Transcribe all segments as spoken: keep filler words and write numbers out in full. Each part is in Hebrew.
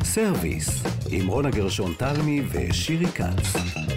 סרוויס, עם רונה גרשון תלמי ושירי כץ.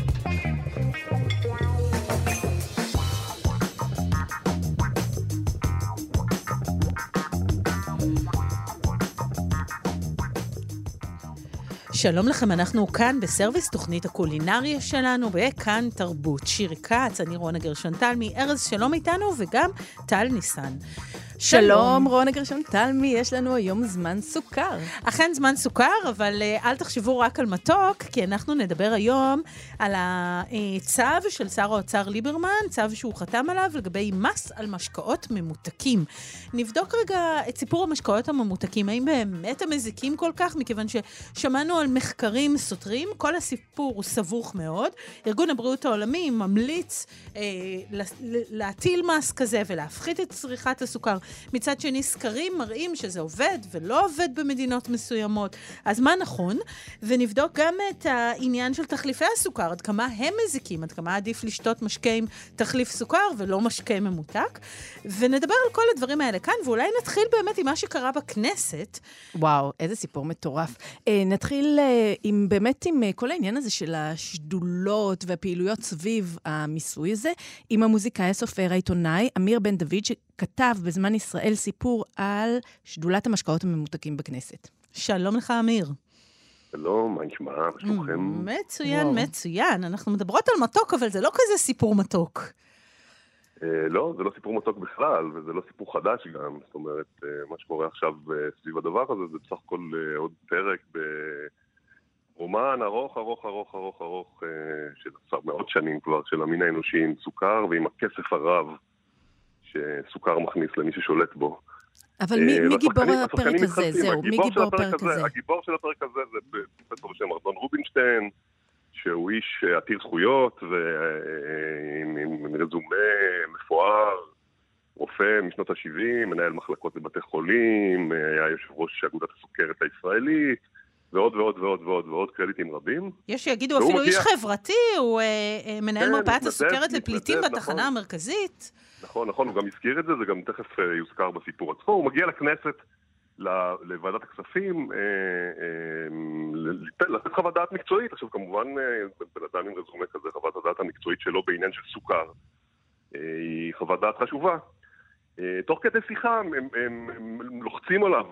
שלום לכם, אנחנו כאן בסרוויס, תוכנית הקולינריה שלנו, בכאן תרבות. שירי כץ, אני רונה גרשון תלמי, ארז שלום איתנו, וגם טל ניסן. שלום, רונה גרשון תלמי, יש לנו היום זמן סוכר. אכן זמן סוכר, אבל אל תחשבו רק על מתוק, כי אנחנו נדבר היום על הצו של שר האוצר ליברמן, צו שהוא חתם עליו לגבי מס על משקאות ממותקים. נבדוק רגע את סיפור המשקאות הממותקים, האם באמת המזיקים כל כך, מכיוון ששמענו על מחקרים סותרים, כל הסיפור הוא סבוך מאוד. ארגון הבריאות העולמי ממליץ אה, להטיל מס כזה ולהפחית את צריכת הסוכר. מצד שני, סקרים מראים שזה עובד ולא עובד במדינות מסוימות. אז מה נכון? ונבדוק גם את העניין של תחליפי הסוכר, עד כמה הם מזיקים, עד כמה עדיף לשתות משקה עם תחליף סוכר ולא משקה ממותק. ונדבר על כל הדברים האלה כאן, ואולי נתחיל באמת עם מה שקרה בכנסת. וואו, איזה סיפור מטורף. אה, נתחיל אה, עם, באמת עם אה, כל העניין הזה של השדולות והפעילויות סביב המיסוי הזה, עם המוזיקאי, הסופר, העיתונאי, אמיר בן דוד, שכתב בזמן ישראל סיפור על שדולת המשקאות הממותקים בכנסת. שלום לך, אמיר. שלום, מה נשמע? מה שלומכם? מצוין, מצוין. אנחנו מדברות על מתוק, אבל זה לא כזה סיפור מתוק. לא, זה לא סיפור מתוק בכלל, וזה לא סיפור חדש גם. זאת אומרת, מה שקורה עכשיו סביב הדבר הזה, זה בסך הכל עוד פרק ברומן ארוך, ארוך, ארוך, ארוך, ארוך, של עשר מאות שנים כבר, של המין האנושי עם סוכר, ועם הכסף הרב שסוכר מכניס למי ששולט בו. אבל מי, מי גיבור הפרק הזה? זהו, מי גיבור הפרק הזה? הגיבור של הפרק הזה זה פרופסור בשם ארנון רובינשטיין, שהוא איש עתיר זכויות ועם רזומה מפואר, רופא משנות ה-שבעים, מנהל מחלקות בבתי חולים, היה יושב ראש אגודת הסוכרת הישראלית, ועוד ועוד ועוד ועוד ועוד קרדיטים רבים. יש שיגידו אפילו איש חברתי, הוא מנהל מרפאת הסוכרת לפליטים בתחנה המרכזית. נכון, נכון, הוא גם הזכיר את זה, זה גם תכף יוזכר בסיפור עצמו. הוא מגיע לכנסת, לוועדת הכספים, לתת חוות דעת מקצועית. עכשיו כמובן, בן אדם עם רזומה כזה, חוות הדעת המקצועית שלו בעניין של סוכר, היא חוות דעת חשובה. תוך כדי שיחה הם, הם, הם, הם לוחצים עליו,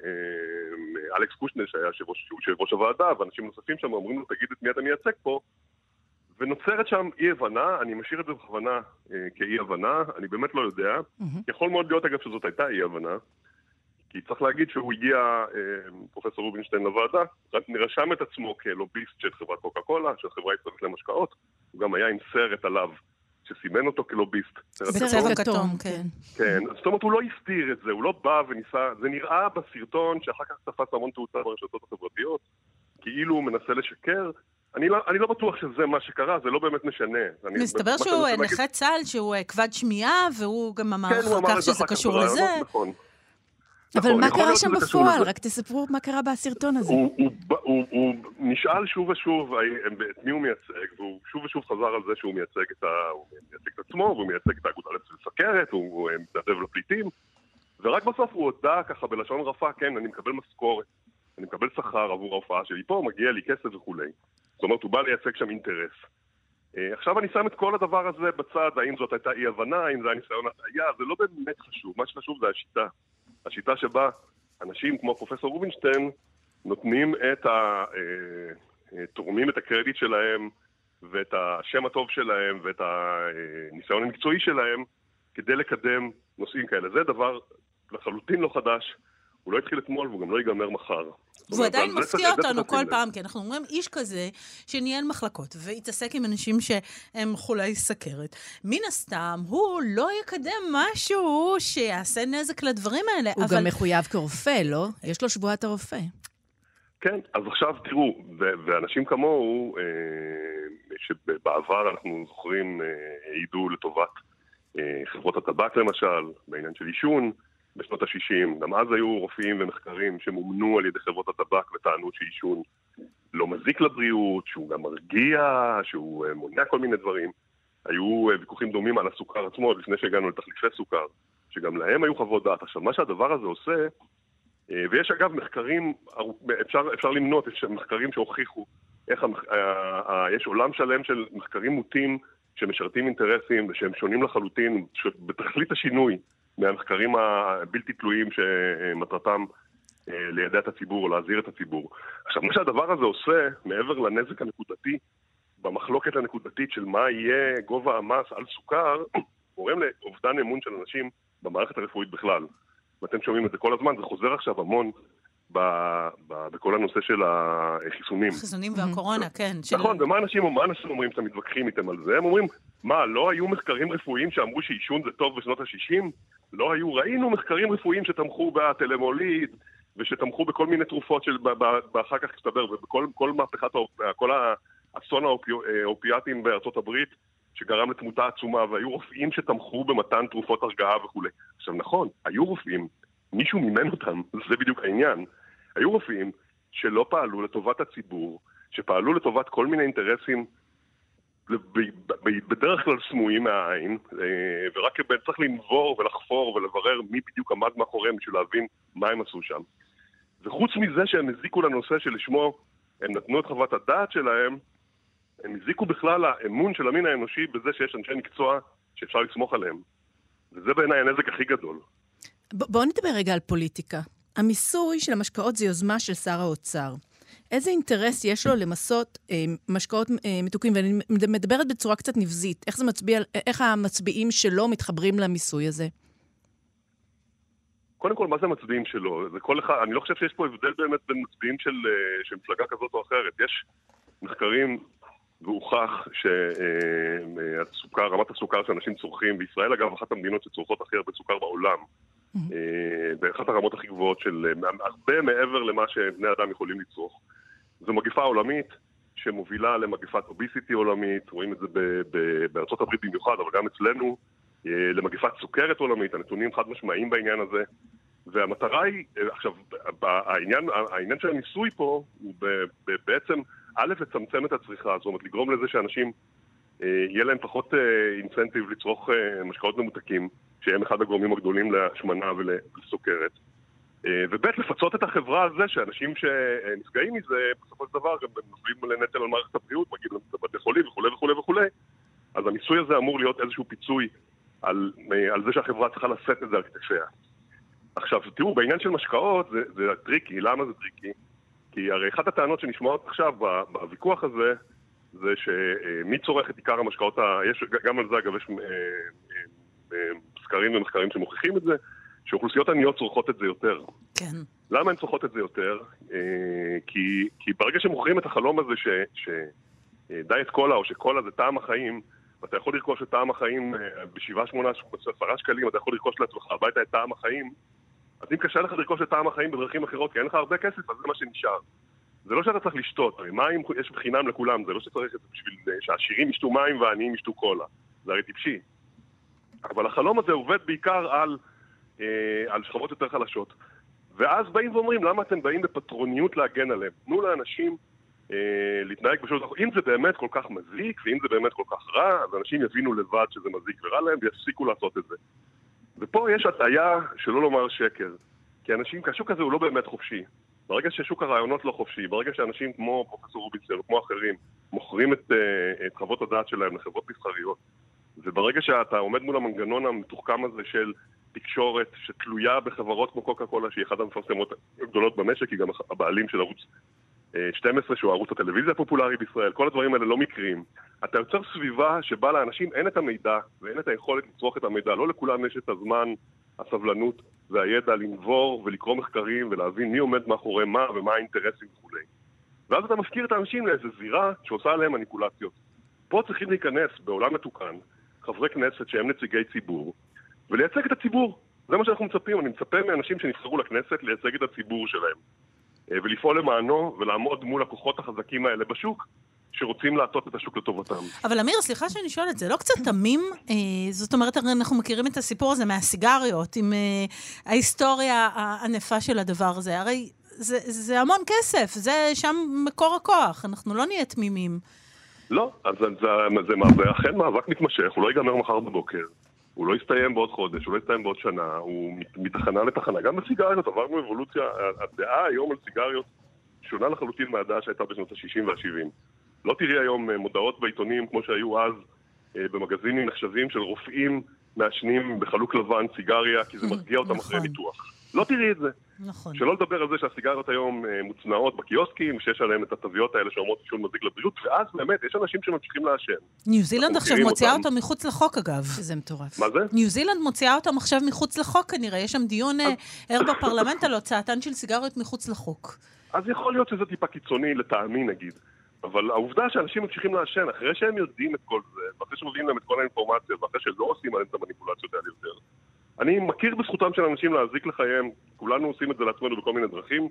אלכס קושנר שהיה יושב ראש הוועדה, ואנשים נוספים שם אומרים לו, תגיד את מי אתה מייצג פה, ונוצרת שם אי הבנה, אני משאיר את זה בכוונה כאי הבנה, אני באמת לא יודע, mm-hmm. יכול מאוד להיות אגב שזאת הייתה אי הבנה, כי צריך להגיד שהוא הגיע, פרופסור רובינשטיין לוועדה, נרשם את עצמו כלוביסט של חברת קוקה קולה, של חברה ישראלית למשקאות, הוא גם היה עם סרט עליו, שסימן אותו כלוביסט. בצבע כתום, כן. כן, זאת אומרת, הוא לא הסתיר את זה, הוא לא בא וניסה, זה נראה בסרטון שאחר כך תפס המון תאוצה ברשתות החברתיות, כאילו הוא מנסה לשקר, אני לא, אני לא בטוח שזה מה שקרה, זה לא באמת משנה. מסתבר שהוא נכה צה"ל, שהוא כבד שמיעה, והוא גם אמר אחר כך שזה קשור לזה. נכון. אבל מה קרה שם בפועל? רק תספרו מה קרה בסרטון הזה. הוא נשאל שוב ושוב את מי הוא מייצג, והוא שוב ושוב חזר על זה שהוא מייצג את עצמו, והוא מייצג את האגודה לסוכרת, הוא מתנדב לפליטים, ורק בסוף הוא הודע ככה בלשון רפה, כן, אני מקבל משכורת, אני מקבל שכר עבור ההופעה שלי פה, מגיע לי כסף וכולי. זאת אומרת, הוא בא לייצג שם אינטרס. עכשיו אני שם את כל הדבר הזה בצד, האם זאת הייתה אי הבנה, האם זה היה ניסיון הטעיה, זה לא באמת חשוב, מה שחשוב זה השיטה. השיטה שבה אנשים כמו פרופסור רובינשטיין נותנים את ה... תורמים את הקרדיט שלהם ואת השם הטוב שלהם ואת הניסיון המקצועי שלהם כדי לקדם נושאים כאלה. זה דבר לחלוטין לא חדש, הוא לא התחיל אתמול והוא גם לא ייגמר מחר. והוא עדיין מפתיע אותנו כל פעם, כי אנחנו אומרים איש כזה שניהל מחלקות והתעסק עם אנשים שהם חולי סכרת. מן הסתם הוא לא יקדם משהו שיעשה נזק לדברים האלה. הוא גם מחויב כרופא, לא? יש לו שבועת הרופא. כן, אז עכשיו תראו, ואנשים כמוהו, שבעבר אנחנו זוכרים, העידו לטובת חברות הטבק למשל, בעניין של עישון, בשנות ה-שישים, גם אז היו רופאים ומחקרים שמומנו על ידי חברות הטבק וטענו שעישון לא מזיק לבריאות, שהוא גם מרגיע, שהוא מונע כל מיני דברים. היו ויכוחים דומים על הסוכר עצמו, לפני שהגענו לתחליפי סוכר, שגם להם היו חוות דעת. עכשיו, מה שהדבר הזה עושה, ויש אגב מחקרים, אפשר, אפשר למנות, יש מחקרים שהוכיחו איך המח... יש עולם שלם של מחקרים מוטים שמשרתים אינטרסים ושהם שונים לחלוטין, בתכלית השינוי מהמחקרים הבלתי תלויים שמטרתם לידע את הציבור או להזהיר את הציבור. עכשיו, מה שהדבר הזה עושה, מעבר לנזק הנקודתי, במחלוקת הנקודתית של מה יהיה גובה המס על סוכר, גורם לאובדן אמון של אנשים במערכת הרפואית בכלל. ואתם שומעים את זה כל הזמן, זה חוזר עכשיו המון ב, ב, בכל הנושא של החיסונים. החיסונים והקורונה, כן. נכון, ומה אנשים, מה אנשים אומרים שאתם מתווכחים איתם על זה? הם אומרים, מה, לא היו מחקרים רפואיים שאמרו שעישון זה טוב בשנות ה-שישים? לא היו, ראינו מחקרים רפואיים שתמכו בטלמוליד, ושתמכו בכל מיני תרופות של, באחר כך הסתבר, ובכל כל מהפכת, כל האסון האופיאטים בארצות הברית, שגרם לתמותה עצומה, והיו רופאים שתמכו במתן תרופות הרגעה וכו'. עכשיו נכון, היו רופאים, מישהו מימן אותם, זה בדיוק העניין. היו רופאים שלא פעלו לטובת הציבור, שפעלו לטובת כל מיני אינטרסים, בדרך כלל סמויים מהעין, ורק צריך לנבור ולחפור ולברר מי בדיוק עמד מאחוריהם בשביל להבין מה הם עשו שם. וחוץ מזה שהם הזיקו לנושא שלשמו הם נתנו את חוות הדעת שלהם, הם הזיקו בכלל האמון של המין האנושי בזה שיש אנשי מקצוע שאפשר לסמוך עליהם. וזה בעיניי הנזק הכי גדול. בואו נדבר רגע על פוליטיקה. המיסוי של המשקאות זה יוזמה של שר האוצר. איזה אינטרס יש לו למסות אה, משקאות אה, מתוקים? ואני מדברת בצורה קצת נבזית. איך זה מצביע, איך המצביעים שלו מתחברים למיסוי הזה? קודם כל, מה זה המצביעים שלו? זה כל אחד, אני לא חושב שיש פה הבדל באמת בין מצביעים של, של מפלגה כזאת או אחרת. יש מחקרים והוכח שהסוכר, רמת הסוכר שאנשים צורכים, בישראל אגב, אחת המדינות שצורכות הכי הרבה סוכר בעולם, באחת הרמות הכי גבוהות של הרבה מעבר למה שבני אדם יכולים לצרוך. זו מגפה עולמית שמובילה למגפת אוביסיטי עולמית, רואים את זה בארצות הברית במיוחד, אבל גם אצלנו, למגפת סוכרת עולמית, הנתונים חד משמעיים בעניין הזה, והמטרה היא, עכשיו, העניין, העניין של הניסוי פה הוא בעצם, א', לצמצם את הצריכה, זאת אומרת, לגרום לזה שאנשים, יהיה להם פחות אינסנטיב לצרוך משקאות ממותקים, שהם אחד הגורמים הגדולים להשמנה ולסוכרת. וב', לפצות את החברה על זה שאנשים שנפגעים מזה, בסופו של דבר, הם נופלים לנטל על מערכת הבריאות, מגיעים לבתי חולים וכו' וכו' וכו'. אז הניסוי הזה אמור להיות איזשהו פיצוי על, על זה שהחברה צריכה לשאת את זה על כתפיה. עכשיו, תראו, בעניין של משקאות זה, זה טריקי. למה זה טריקי? כי הרי אחת הטענות שנשמעות עכשיו בוויכוח הזה, זה שמי צורך את עיקר המשקאות, ה... יש, גם על זה אגב יש סקרים ומחקרים שמוכיחים את זה, שאוכלוסיות עניות צורכות את זה יותר. כן. למה הן צורכות את זה יותר? כי, כי ברגע שמוכרים את החלום הזה ש, שדיאט קולה או שקולה זה טעם החיים, ואתה יכול לרכוש את טעם החיים בשבעה, שמונה, עשרה שקלים, אתה יכול לרכוש לעצמך הביתה את טעם החיים, אז אם קשה לך לרכוש את טעם החיים בדרכים אחרות, כי אין לך הרבה כסף, אז זה מה שנשאר. זה לא שאתה צריך לשתות, הרי מים יש בחינם לכולם, זה לא שצריך את זה בשביל שהעשירים ישתו מים והעניים ישתו קולה. זה הרי טיפשי. אבל החלום הזה עובד בעיקר על, אה, על שכבות יותר חלשות. ואז באים ואומרים, למה אתם באים בפטרוניות להגן עליהם? תנו לאנשים אה, להתנהג פשוט, אם זה באמת כל כך מזיק, ואם זה באמת כל כך רע, אז אנשים יבינו לבד שזה מזיק ורע להם, ויפסיקו לעשות את זה. ופה יש הטעיה שלא לומר שקר. כי אנשים, השוק הזה הוא לא באמת חופשי. ברגע ששוק הרעיונות לא חופשי, ברגע שאנשים כמו פרופסור רוביצר וכמו אחרים מוכרים את, את חוות הדעת שלהם לחברות מסחריות, וברגע שאתה עומד מול המנגנון המתוחכם הזה של תקשורת שתלויה בחברות כמו קוקה קולה, שהיא אחת המפרסמות הגדולות במשק, היא גם הבעלים של ערוץ שתים עשרה, שהוא ערוץ הטלוויזיה הפופולרי בישראל, כל הדברים האלה לא מקרים. אתה יוצר סביבה שבה לאנשים אין את המידע ואין את היכולת לצרוך את המידע. לא לכולם יש את הזמן, הסבלנות והידע לנבור ולקרוא מחקרים ולהבין מי עומד מאחורי מה ומה האינטרסים וכו'. ואז אתה מזכיר את האנשים לאיזו זירה שעושה עליהם מניפולציות. פה צריכים להיכנס בעולם מתוקן חברי כנסת שהם נציגי ציבור ולייצג את הציבור. זה מה שאנחנו מצפים. אני מצפה מאנשים שנבחרו לכנסת לייצג את הציבור שלהם ולפעול למענו ולעמוד מול הכוחות החזקים האלה בשוק שרוצים לעשות את השוק לטובתם. אבל אמיר, סליחה שאני שואלת, זה לא קצת תמים? זאת אומרת, אנחנו מכירים את הסיפור הזה מהסיגריות, עם ההיסטוריה הענפה של הדבר הזה. הרי זה, זה המון כסף, זה שם מקור הכוח, אנחנו לא נהיה תמימים. לא, אז זה, זה, זה, זה אכן מאבק מתמשך, הוא לא ייגמר מחר בבוקר. הוא לא יסתיים בעוד חודש, הוא לא יסתיים בעוד שנה, הוא מתחנה לתחנה. גם בסיגריות עברנו אבולוציה, הדעה היום על סיגריות שונה לחלוטין מהדעה שהייתה בשנות ה-שישים וה-שבעים. לא תראי היום מודעות בעיתונים כמו שהיו אז במגזינים נחשבים של רופאים מעשנים בחלוק לבן סיגריה, כי זה מרגיע אותם אחרי ניתוח. לא תראי את זה. נכון. שלא לדבר על זה שהסיגריות היום מוצנעות בקיוסקים, שיש עליהם את התוויות האלה שאומרות עישון מזיק לבריאות, ואז באמת יש אנשים שממשיכים לעשן. ניו זילנד עכשיו מוציאה אותם מחוץ לחוק, אגב. שזה מטורף. מה זה? ניו זילנד מוציאה אותם עכשיו מחוץ לחוק, כנראה. יש שם דיון ער בפרלמנט על הוצאתן של סיגריות מחוץ לחוק. אז יכול להיות שזה טיפה קיצוני לטעמי, נגיד. אבל העובדה שאנשים ממשיכים לעשן, אחרי שהם יודעים את כל זה, ואחרי שמביאים להם את כל האינפורמציה, ואחרי שלא עושים עליהם את המניפולציות האלה יותר, אני מכיר בזכותם של אנשים להזיק לחייהם, כולנו עושים את זה לעצמנו בכל מיני דרכים.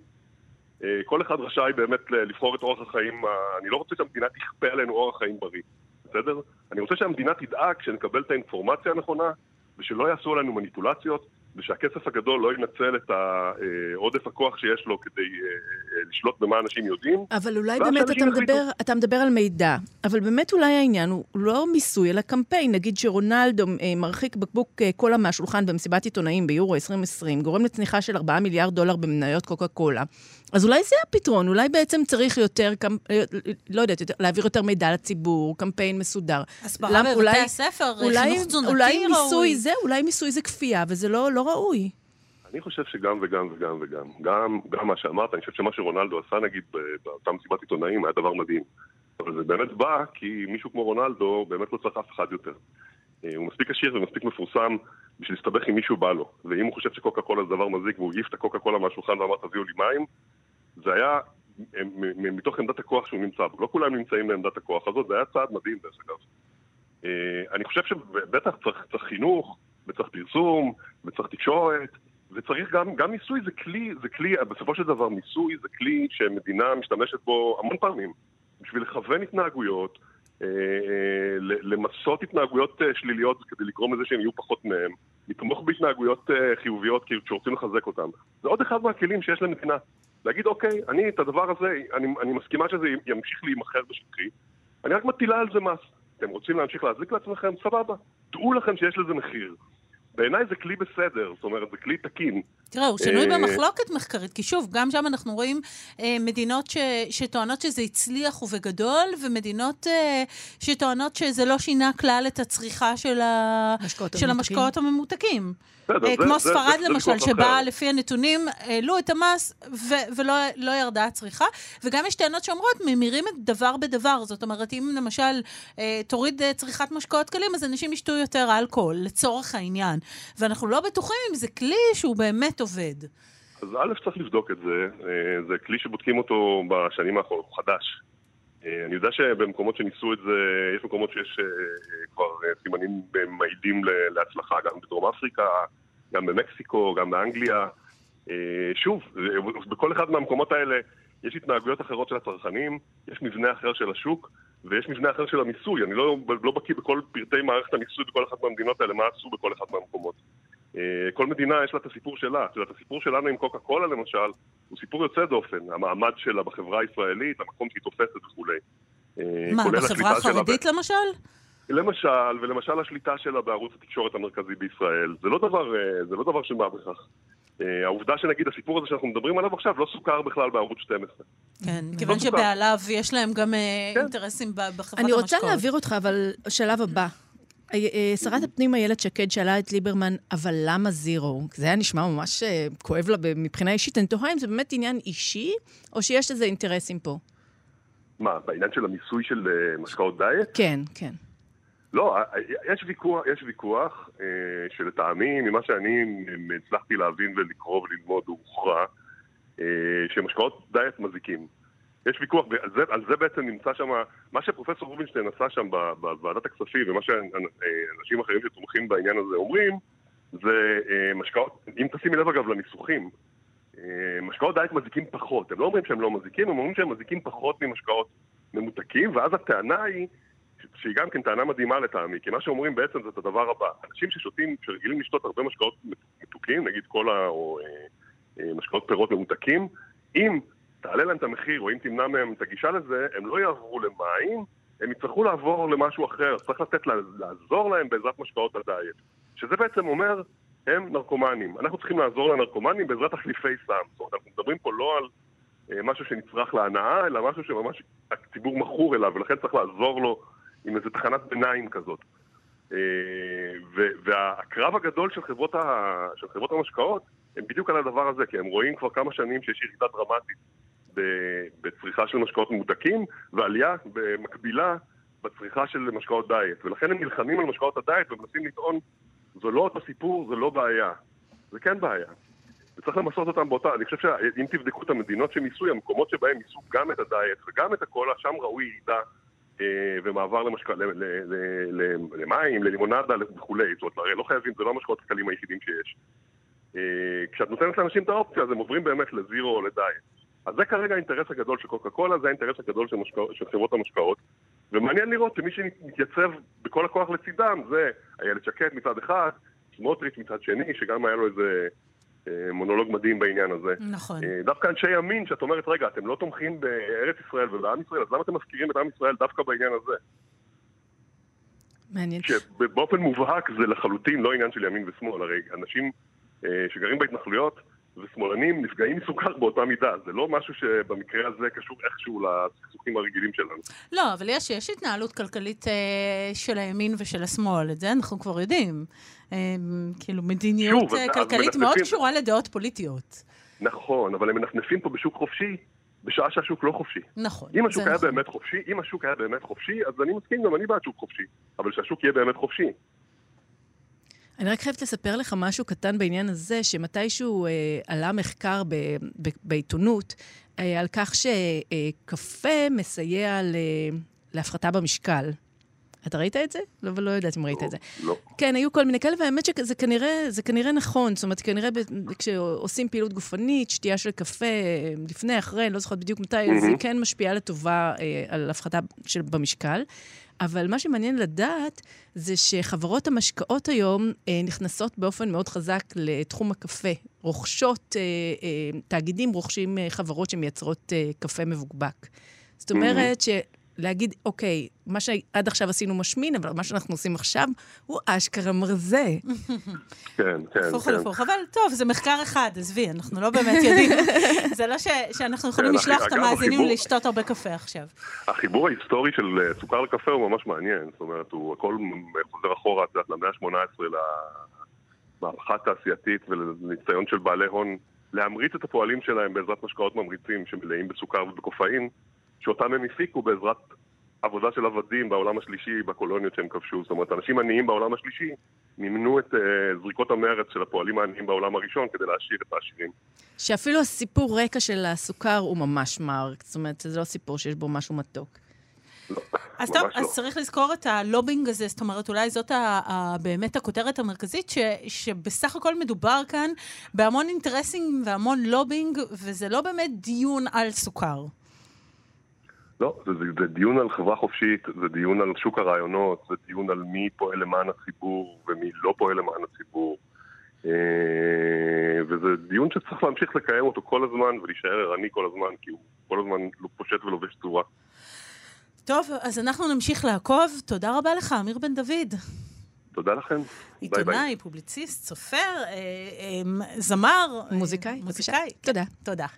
כל אחד רשאי באמת לבחור את אורח החיים, אני לא רוצה שהמדינה תכפה עלינו אורח חיים בריא, בסדר? אני רוצה שהמדינה תדאג שנקבל את האינפורמציה הנכונה, ושלא יעשו עלינו מניפולציות, ושהכסף הגדול לא ינצל את העודף הכוח שיש לו כדי לשלוט במה אנשים יודעים. אבל אולי באמת אתה מדבר, אתה מדבר על מידע, אבל באמת אולי העניין הוא לא מיסוי, אלא קמפיין. נגיד שרונלדו מרחיק בקבוק קולה מהשולחן במסיבת עיתונאים ביורו עשרים עשרים, גורם לצניחה של ארבעה מיליארד דולר במניות קוקה קולה. אז אולי זה הפתרון, אולי בעצם צריך יותר, לא יודעת, להעביר יותר מידע לציבור, קמפיין מסודר. הסברה בבתי הספר, חינוך תזונתי אולי מיסוי זה, אולי מיסוי זה כפייה, וזה לא, לא ראוי. אני חושב שגם וגם וגם וגם. גם, גם מה שאמרת, אני חושב שמה שרונלדו עשה, נגיד, באותה מסיבת עיתונאים, היה דבר מדהים. אבל זה באמת בא, כי מישהו כמו רונלדו באמת לא צריך אף אחד יותר. הוא מספיק עשיר ומספיק מפורסם בשביל להסתבך עם מישהו בא לו. ואם הוא חושב שקוקה קולה זה דבר מזיק, והוא העיף את הקוקה קולה מהשולחן ואמר תביאו לי מים, זה היה מתוך עמדת הכוח שהוא נמצא בו. לא כולם נמצאים בעמדת הכוח הזאת, זה היה צעד מדהים דרך אגב. אני חושב שבטח צריך, צריך חינוך, וצריך פרסום, וצריך תקשורת, וצריך גם, גם מיסוי זה כלי, זה כלי, בסופו של דבר מיסוי זה כלי שמדינה משתמשת בו המון פעמים, בשביל לכוון התנהגויות, למסות התנהגויות שליליות כדי לגרום לזה שהם יהיו פחות מהם, לתמוך בהתנהגויות חיוביות כי שרוצים לחזק אותם. זה עוד אחד מהכלים שיש למדינה. להגיד, אוקיי, אני את הדבר הזה, אני, אני מסכימה שזה ימשיך להימחר בשטחי, אני רק מטילה על זה מס. אתם רוצים להמשיך להזיק לעצמכם? סבבה. דעו לכם שיש לזה מחיר. בעיניי זה כלי בסדר, זאת אומרת, זה כלי תקין. תראה, הוא שנוי במחלוקת מחקרית, כי שוב, גם שם אנחנו רואים אה, מדינות ש, שטוענות שזה הצליח ובגדול, ומדינות אה, שטוענות שזה לא שינה כלל את הצריכה של, ה, של המשקאות הממותקים. בסדר, אה, זה, כמו זה, ספרד זה, למשל, זה שבה לפי הנתונים העלו את המס ו- ולא לא ירדה הצריכה, וגם יש טענות שאומרות, ממירים את דבר בדבר, זאת אומרת, אם למשל אה, תוריד אה, צריכת משקאות קלים, אז אנשים ישתו יותר אלכוהול, לצורך העניין. ואנחנו לא בטוחים אם זה כלי שהוא באמת עובד. אז א' צריך לבדוק את זה, זה כלי שבודקים אותו בשנים האחרונות, הוא חדש. אני יודע שבמקומות שניסו את זה, יש מקומות שיש כבר סימנים מעידים להצלחה, גם בדרום אפריקה, גם במקסיקו, גם באנגליה. שוב, בכל אחד מהמקומות האלה יש התנהגויות אחרות של הצרכנים, יש מבנה אחר של השוק, ויש מבנה אחר של המיסוי. אני לא, לא בקיא בכל פרטי מערכת המיסוי בכל אחת מהמדינות האלה, מה עשו בכל אחד מהמקומות. כל מדינה יש לה את הסיפור שלה. את הסיפור שלנו עם קוקה קולה למשל, הוא סיפור יוצא דופן. המעמד שלה בחברה הישראלית, המקום שהיא תופסת וכולי. מה, בחברה החרדית למשל? למשל, ולמשל השליטה שלה בערוץ התקשורת המרכזי בישראל. זה לא דבר, זה לא דבר של מה בכך. העובדה שנגיד הסיפור הזה שאנחנו מדברים עליו עכשיו לא סוכר בכלל בערוץ שתים עשרה. כן, כיוון שבעליו יש להם גם אינטרסים בחברת המשקעות. אני רוצה להעביר אותך, אבל שלב הבא. שרת הפנים איילת שקד שאלה את ליברמן, אבל למה זירו? זה היה נשמע ממש כואב לה מבחינה אישית. אני תוהה אם זה באמת עניין אישי, או שיש איזה אינטרסים פה? מה, בעניין של המיסוי של משקאות דיאט? כן, כן. לא, יש ויכוח, יש ויכוח שלטעמי, ממה שאני הצלחתי להבין ולקרוא וללמוד, הוא הוכרע, שמשקאות דיאט מזיקים. יש ויכוח, ועל זה, על זה בעצם נמצא שם, מה שפרופסור רובינשטיין עשה שם בוועדת הכספים, ומה שאנשים אחרים שתומכים בעניין הזה אומרים, זה משקאות, אם תשימי לב אגב לניסוחים, משקאות דיאט מזיקים פחות. הם לא אומרים שהם לא מזיקים, הם אומרים שהם מזיקים פחות ממשקאות ממותקים, ואז הטענה היא, שהיא גם כן טענה מדהימה לטעמי, כי מה שאומרים בעצם זה את הדבר הבא. אנשים ששותים, שרגילים לשתות הרבה משקאות מתוקים, נגיד קולה או אה, משקאות פירות ממותקים, אם תעלה להם את המחיר או אם תמנע מהם את הגישה לזה, הם לא יעברו למים, הם יצטרכו לעבור למשהו אחר. צריך לתת, לעזור להם בעזרת משקאות הדיאט. שזה בעצם אומר, הם נרקומנים. אנחנו צריכים לעזור לנרקומנים בעזרת תחליפי סם. זאת אומרת, אנחנו מדברים פה לא על אה, משהו שנצרך להנאה, אלא משהו שממש הציבור מכור אליו, ולכן צריך לעזור לו עם איזו תחנת ביניים כזאת. אה, והקרב הגדול של חברות, ה, של חברות המשקאות, הם בדיוק על הדבר הזה, כי הם רואים כבר כמה שנים שיש ירידה דרמטית בצריכה של משקאות ממותקים, ועלייה במקבילה בצריכה של משקאות דיאט. ולכן הם נלחמים על משקאות הדיאט ומנסים לטעון, זה לא אותו סיפור, זה לא בעיה. זה כן בעיה. וצריך למסות אותם באותה, אני חושב שאם תבדקו את המדינות שמיסוי, המקומות שבהם מיסו גם את הדיאט וגם את הקולה, שם ראוי ירידה אה, ומעבר למשק... ל... ל... ל... למים, ללימונדה וכו'. זאת אומרת, הרי לא חייבים, זה לא המשקאות הקלים היחידים שיש. אה, כשאת נותנת לאנשים את האופציה, אז הם עוברים באמת לזירו או לדיאט. אז זה כרגע האינטרס הגדול של קוקה קולה, זה האינטרס הגדול של, משקא... של חברות המשקאות. ומעניין לראות שמי שמתייצב בכל הכוח לצידם, זה איילת שקד מצד אחד, סמוטריץ' מצד שני, שגם היה לו איזה אה, מונולוג מדהים בעניין הזה. נכון. אה, דווקא אנשי ימין, שאת אומרת, רגע, אתם לא תומכים בארץ ישראל ובעם ישראל, אז למה אתם מזכירים את עם ישראל דווקא בעניין הזה? מעניין. שבאופן מובהק זה לחלוטין לא עניין של ימין ושמאל, הרי אנשים אה, שגרים בהתנחלויות, ושמאלנים נפגעים מסוכר באותה מידה. זה לא משהו שבמקרה הזה קשור איכשהו לסכסוכים הרגילים שלנו. לא, אבל יש, יש התנהלות כלכלית אה, של הימין ושל השמאל. את זה אנחנו כבר יודעים. אה, כאילו, מדיניות שוב, כלכלית מאוד קשורה לדעות פוליטיות. נכון, אבל הם מנפנפים פה בשוק חופשי, בשעה שהשוק לא חופשי. נכון. אם השוק היה נכון. באמת חופשי, אם השוק היה באמת חופשי, אז אני מסכים, גם אני בעד שוק חופשי. אבל שהשוק יהיה באמת חופשי. אני רק חייבת לספר לך משהו קטן בעניין הזה, שמתישהו אה, עלה מחקר ב, ב, בעיתונות אה, על כך שקפה מסייע ל, להפחתה במשקל. אתה ראית את זה? לא, ולא יודעת אם ראית לא, את זה. לא. כן, היו כל מיני כאלה, והאמת שזה כנראה, זה כנראה נכון. זאת אומרת, כנראה ב, כשעושים פעילות גופנית, שתייה של קפה, לפני, אחרי, אני לא זוכרת בדיוק מתי, mm-hmm. זה כן משפיע לטובה אה, על הפחתה של, במשקל. אבל מה שמעניין לדעת זה שחברות המשקאות היום אה, נכנסות באופן מאוד חזק לתחום הקפה. רוכשות, אה, אה, תאגידים רוכשים אה, חברות שמייצרות אה, קפה מבוקבק. זאת אומרת שלהגיד, אוקיי, מה שעד עכשיו עשינו משמין, אבל מה שאנחנו עושים עכשיו הוא אשכרה מרזה. כן, כן, הפוך כן. על הפוך, אבל טוב, זה מחקר אחד, עזבי, אנחנו לא באמת יודעים. זה לא ש, שאנחנו יכולים כן, לשלוח את אגב, המאזינים החיבור- לשתות הרבה קפה עכשיו. החיבור ההיסטורי של אה, סוכר לקפה הוא ממש מעניין. זאת אומרת, הוא הכל חוזר אחורה, את יודעת, למאה ה-שמונה עשרה, למהפכה התעשייתית ולניסיון של בעלי הון להמריץ את הפועלים שלהם בעזרת משקאות ממריצים שמלאים בסוכר ובקופאין, שאותם הם הפיקו בעזרת עבודה של עבדים בעולם השלישי, בקולוניות שהם כבשו. זאת אומרת, אנשים עניים בעולם השלישי מימנו את uh, זריקות המרץ של הפועלים העניים בעולם הראשון כדי להשאיר את העשירים. שאפילו הסיפור רקע של הסוכר הוא ממש מר. זאת אומרת, זה לא סיפור שיש בו משהו מתוק. לא, אז ממש טוב, לא. אז צריך לזכור את הלובינג הזה, זאת אומרת, אולי זאת ה- ה- באמת הכותרת המרכזית, ש- שבסך הכל מדובר כאן בהמון אינטרסים והמון לובינג, וזה לא באמת דיון על סוכר. לא, זה, זה, זה דיון על חברה חופשית, זה דיון על שוק הרעיונות, זה דיון על מי פועל למען הציבור ומי לא פועל למען הציבור. אה, וזה דיון שצריך להמשיך לקיים אותו כל הזמן ולהישאר ערני כל הזמן, כי הוא כל הזמן פושט ולובש צורה. טוב, אז אנחנו נמשיך לעקוב. תודה רבה לך, אמיר בן דוד. תודה לכם. ביי ביי. עיתונאי, פובליציסט, סופר, אה, אה, זמר. אה, מוזיקאי, מוזיקאי. בבקשה. תודה. תודה.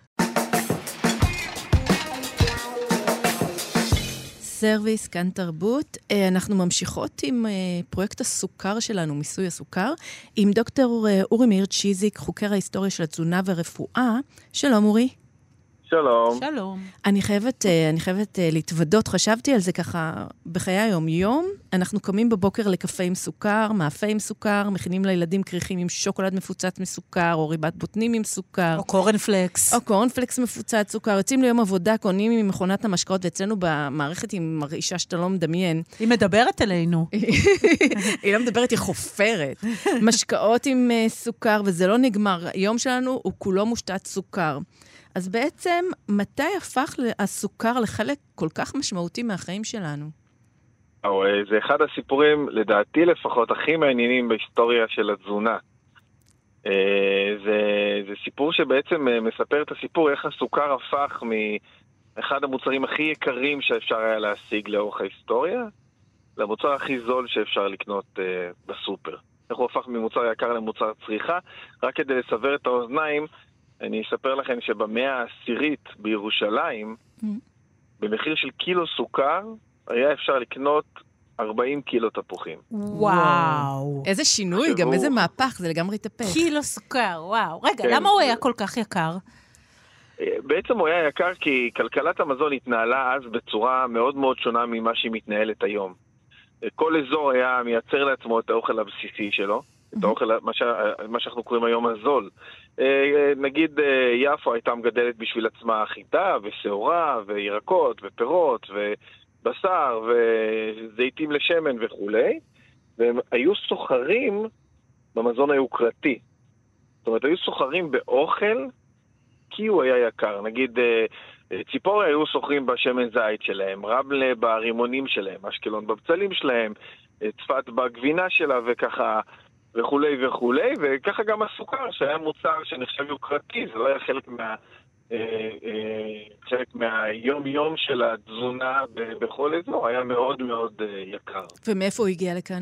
סרוויס, כאן תרבות. אנחנו ממשיכות עם פרויקט הסוכר שלנו, מיסוי הסוכר, עם דוקטור אורי מאיר צ'יזיק, חוקר ההיסטוריה של התזונה והרפואה. שלום אורי. שלום. שלום. אני חייבת, אני חייבת להתוודות, חשבתי על זה ככה בחיי היום-יום. אנחנו קמים בבוקר לקפה עם סוכר, מאפה עם סוכר, מכינים לילדים כריכים עם שוקולד מפוצץ מסוכר, או ריבת בוטנים עם סוכר. או קורנפלקס. או קורנפלקס מפוצץ סוכר. יוצאים ליום עבודה, קונים ממכונת המשקאות, ואצלנו במערכת היא מרעישה שאתה לא מדמיין. היא מדברת אלינו. היא לא מדברת, היא חופרת. משקאות עם uh, סוכר, וזה לא נגמר. היום שלנו הוא כולו מושתת סוכר. אז בעצם, מתי הפך הסוכר לחלק כל כך משמעותי מהחיים שלנו? זה אחד הסיפורים, לדעתי לפחות, הכי מעניינים בהיסטוריה של התזונה. זה, זה סיפור שבעצם מספר את הסיפור איך הסוכר הפך מאחד המוצרים הכי יקרים שאפשר היה להשיג לאורך ההיסטוריה, למוצר הכי זול שאפשר לקנות בסופר. איך הוא הפך ממוצר יקר למוצר צריכה. רק כדי לסבר את האוזניים, אני אספר לכם שבמאה העשירית בירושלים, mm. במחיר של קילו סוכר, היה אפשר לקנות ארבעים קילו תפוחים. וואו. איזה שינוי, גם איזה מהפך, זה לגמרי התהפך. קילו סוכר, וואו. רגע, למה הוא היה כל כך יקר? בעצם הוא היה יקר כי כלכלת המזון התנהלה אז בצורה מאוד מאוד שונה ממה שהיא מתנהלת היום. כל אזור היה מייצר לעצמו את האוכל הבסיסי שלו, את האוכל, מה, ש... מה שאנחנו קוראים היום הזול. נגיד יפו הייתה מגדלת בשביל עצמה חיטה ושעורה וירקות ופירות ובשר וזיתים לשמן וכו'. והם היו סוחרים במזון היוקרתי. זאת אומרת, היו סוחרים באוכל כי הוא היה יקר. נגיד ציפורי היו סוחרים בשמן זית שלהם, רמלה ברימונים שלהם, אשקלון בבצלים שלהם, צפת בגבינה שלה וככה וכולי וכולי, וככה גם הסוכר שהיה מוצר שנחשב יוקרתי, זה לא היה חלק מה... חלק מהיום יום של התזונה בכל אזור, היה מאוד מאוד יקר. ומאיפה הוא הגיע לכאן?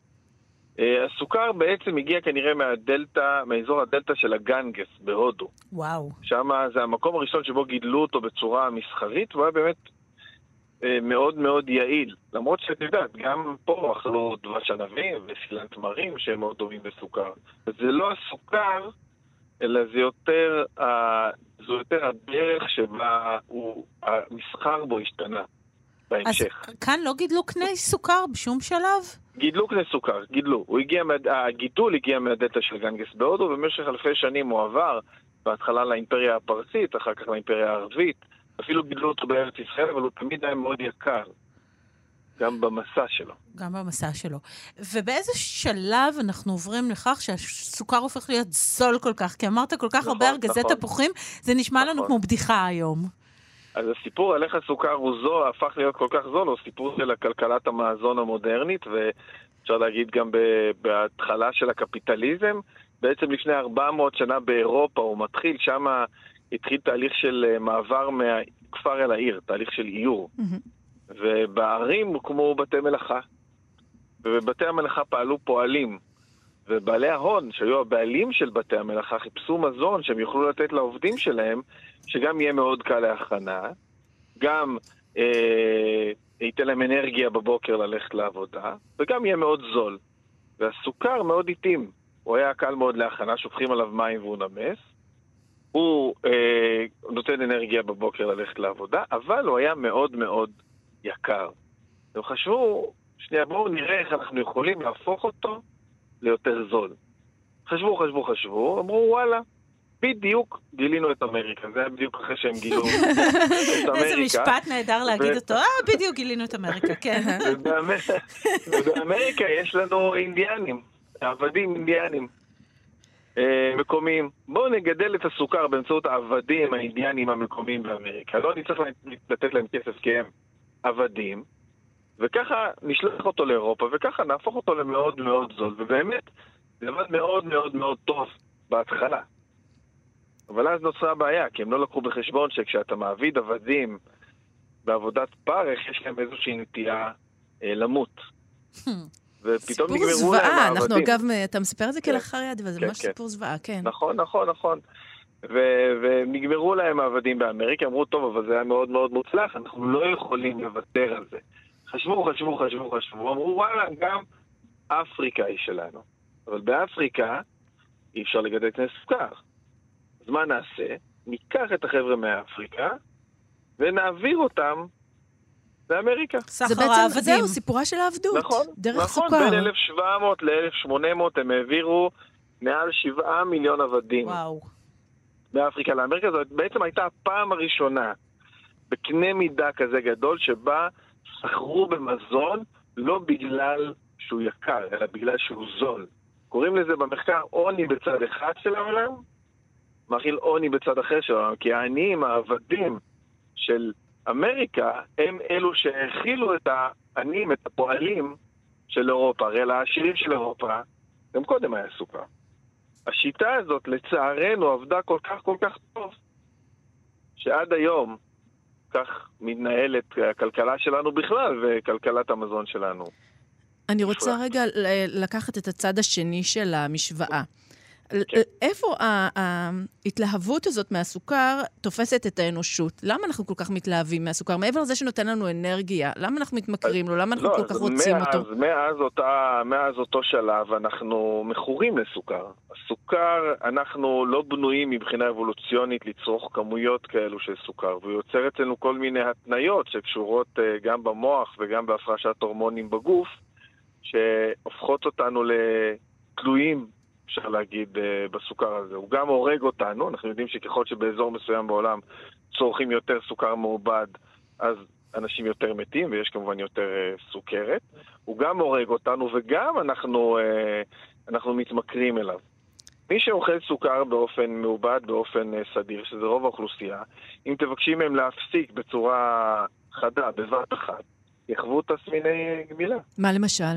הסוכר בעצם הגיע כנראה מהדלטה, מאזור הדלטה של הגנגס בהודו. וואו. שם זה המקום הראשון שבו גידלו אותו בצורה מסחרית, והוא היה באמת מאוד מאוד יעיל. למרות שאת יודעת, גם פה אכלו דבש ענבים וסילן תמרים שהם מאוד דומים בסוכר. וזה לא הסוכר, אלא זה יותר, זו יותר הדרך שבה הוא, המסחר בו השתנה בהמשך. אז כאן לא גידלו קני סוכר בשום שלב? גידלו קנה סוכר, גידלו. הוא הגיע, הגידול הגיע מהדלטה של גנגס בהודו, ובמשך אלפי שנים הוא עבר, בהתחלה לאימפריה הפרסית, אחר כך לאימפריה הערבית. אפילו גידלו אותו בארץ ישראל, אבל הוא תמיד היה מאוד יקר. גם במסע שלו. גם במסע שלו. ובאיזה שלב אנחנו עוברים לכך שהסוכר הופך להיות זול כל כך? כי אמרת כל כך נכון, הרבה ארגזי נכון. תפוחים, זה נשמע נכון. לנו כמו בדיחה היום. אז הסיפור על איך הסוכר הוא זול, הפך להיות כל כך זול, הוא סיפור של הכלכלת המזון המודרנית, ואפשר להגיד גם בהתחלה של הקפיטליזם. בעצם לפני ארבע מאות שנה באירופה הוא מתחיל, שם התחיל תהליך של מעבר מהכפר אל העיר, תהליך של איור. ובערים הוקמו בתי מלאכה, ובבתי המלאכה פעלו פועלים, ובעלי ההון, שהיו הבעלים של בתי המלאכה, חיפשו מזון שהם יוכלו לתת לעובדים שלהם, שגם יהיה מאוד קל להכנה, גם אה, ייתן להם אנרגיה בבוקר ללכת לעבודה, וגם יהיה מאוד זול. והסוכר מאוד איטים, הוא היה קל מאוד להכנה, שופכים עליו מים והוא נמס, הוא אה, נותן אנרגיה בבוקר ללכת לעבודה, אבל הוא היה מאוד מאוד יקר. הם חשבו, שנייה, בואו נראה איך אנחנו יכולים להפוך אותו ליותר זול. חשבו, חשבו, חשבו, אמרו, וואלה, בדיוק גילינו את אמריקה. זה היה בדיוק אחרי שהם גילו את אמריקה. איזה משפט נהדר להגיד אותו. אה, בדיוק גילינו את אמריקה, כן. ובאמריקה יש לנו אינדיאנים, עבדים אינדיאנים, מקומיים. בואו נגדל את הסוכר באמצעות העבדים האינדיאנים המקומיים באמריקה. לא נצטרך לתת להם כסף כי הם עבדים, וככה נשלח אותו לאירופה, וככה נהפוך אותו למאוד מאוד זול. ובאמת, זה עבד מאוד מאוד מאוד טוב בהתחלה. אבל אז נוצרה הבעיה, כי הם לא לקחו בחשבון שכשאתה מעביד עבדים בעבודת פרך, יש להם איזושהי נטייה אה, למות. ופתאום נגמרו להם העבדים. זוועה, אנחנו אגב, אתה מספר את זה כלאחר יד, אבל זה ממש סיפור זוועה, כן. נכון, נכון, נכון. ונגמרו להם העבדים באמריקה, אמרו, טוב, אבל זה היה מאוד מאוד מוצלח, אנחנו לא יכולים לוותר על זה. חשבו, חשבו, חשבו, חשבו, אמרו, וואלה, גם אפריקה היא שלנו. אבל באפריקה אי אפשר לגדל קנה סוכר. אז מה נעשה? ניקח את החבר'ה מאפריקה ונעביר אותם לאמריקה. זה בעצם, זהו, סיפורה של העבדות. נכון, דרך נכון, סוכר. בין אלף שבע מאות ל-אלף שמונה מאות הם העבירו מעל שבעה מיליון עבדים. וואו. מאפריקה לאמריקה. זאת בעצם הייתה הפעם הראשונה בקנה מידה כזה גדול שבה סחרו במזון לא בגלל שהוא יקר, אלא בגלל שהוא זול. קוראים לזה במחקר עוני בצד אחד של העולם, מכיל עוני בצד אחר של העולם, כי העניים, העבדים של אמריקה, הם אלו שהכילו את העניים, את הפועלים של אירופה. הרי לעשירים של אירופה, גם קודם היה סוכר. השיטה הזאת, לצערנו, עבדה כל כך כל כך טוב, שעד היום כך מתנהלת הכלכלה שלנו בכלל, וכלכלת המזון שלנו אני רוצה רגע לקחת את הצד השני של המשוואה. איפה ההתלהבות הזאת מהסוכר תופסת את האנושות? למה אנחנו כל כך מתלהבים מהסוכר? מעבר לזה שנותן לנו אנרגיה, למה אנחנו מתמכרים לו? למה אנחנו כל כך רוצים אותו? מאז אותו שלב אנחנו מכורים לסוכר. הסוכר, אנחנו לא בנויים מבחינה אבולוציונית לצרוך כמויות כאלו של סוכר, והוא יוצר אצלנו כל מיני התניות שקשורות גם במוח וגם בהפרשת הורמונים בגוף, שהופכות אותנו לתלויים, אפשר להגיד, בסוכר הזה. הוא גם הורג אותנו, אנחנו יודעים שככל שבאזור מסוים בעולם צורכים יותר סוכר מעובד, אז אנשים יותר מתים, ויש כמובן יותר סוכרת. הוא גם הורג אותנו, וגם אנחנו, אנחנו מתמכרים אליו. מי שאוכל סוכר באופן מעובד, באופן סדיר, שזה רוב האוכלוסייה, אם תבקשים מהם להפסיק בצורה חדה, בבת אחת, יחוו תסמיני גמילה. מה למשל?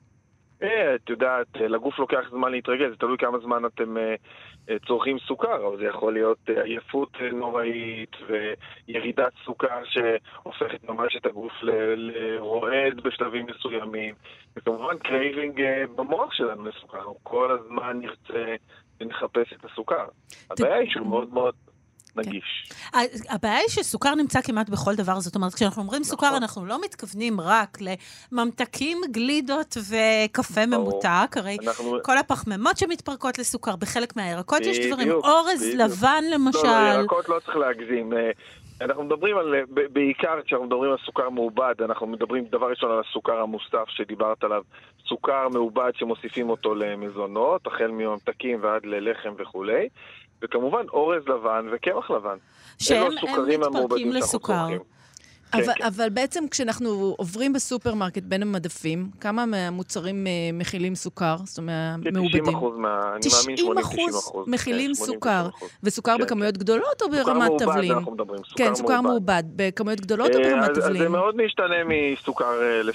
את יודעת, לגוף לוקח זמן להתרגל, זה תלוי כמה זמן אתם צורכים סוכר, אבל זה יכול להיות עייפות נוראית וירידת סוכר שהופכת ממש את הגוף לרועד בשלבים מסוימים, וכמובן קרייבינג במוח שלנו לסוכר, הוא כל הזמן נרצה ונחפש את הסוכר. הבעיה היא שהוא מאוד מאוד נגיש. הבעיה היא שסוכר נמצא כמעט בכל דבר, זאת אומרת, כשאנחנו אומרים סוכר, אנחנו לא מתכוונים רק לממתקים, גלידות וקפה ממותק, הרי כל הפחמימות שמתפרקות לסוכר, בחלק מהירקות יש דברים, אורז לבן למשל. לא, לא, ירקות לא צריך להגזים. אנחנו מדברים על, בעיקר כשאנחנו מדברים על סוכר מעובד, אנחנו מדברים דבר ראשון על הסוכר המוסף שדיברת עליו, סוכר מעובד שמוסיפים אותו למזונות, החל מממתקים ועד ללחם וכולי. וכמובן אורז לבן וקמח לבן. שהם מתפרקים לסוכר. אבל, כן. אבל בעצם כשאנחנו עוברים בסופרמרקט בין המדפים, כמה מהמוצרים מכילים סוכר? זאת אומרת, מעובדים? תשעים אחוז מה... אני מאמין שמונים תשעים אחוז. מכילים כן, סוכר. וסוכר כן, בכמויות כן. גדולות או ברמת תבלין? סוכר מעובד, אנחנו מדברים. סוכר כן, סוכר מעובד. מעובד. בכמויות גדולות או ברמת אז, תבלין? אז זה מאוד משתנה מסוכר,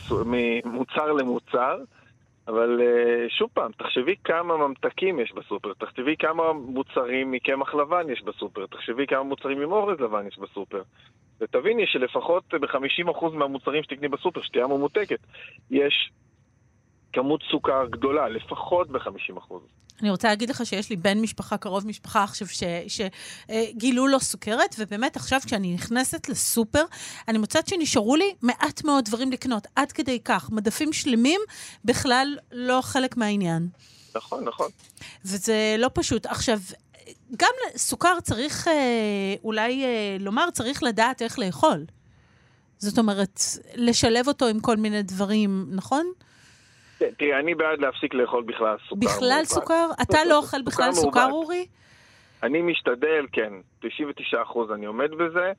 ממוצר למוצר. אבל שוב פעם, תחשבי כמה ממתקים יש בסופר, תחשבי כמה מוצרים מקמח לבן יש בסופר, תחשבי כמה מוצרים עם אורז לבן יש בסופר. ותביני שלפחות ב-חמישים אחוז מהמוצרים שתקני בסופר, שתייה ממותקת, יש כמות סוכר גדולה, לפחות ב-חמישים אחוז. אני רוצה להגיד לך שיש לי בן משפחה, קרוב משפחה, עכשיו שגילו לו סוכרת, ובאמת עכשיו כשאני נכנסת לסופר, אני מוצאת שנשארו לי מעט מאוד דברים לקנות, עד כדי כך. מדפים שלמים בכלל לא חלק מהעניין. נכון, נכון. וזה לא פשוט. עכשיו, גם סוכר צריך, אולי לומר, צריך לדעת איך לאכול. זאת אומרת, לשלב אותו עם כל מיני דברים, נכון? תראה, אני בעד להפסיק לאכול בכלל סוכר. בכלל סוכר? אתה לא אוכל בכלל סוכר, אורי? אני משתדל, כן. תשעים ותשעה אחוז אני עומד בזה.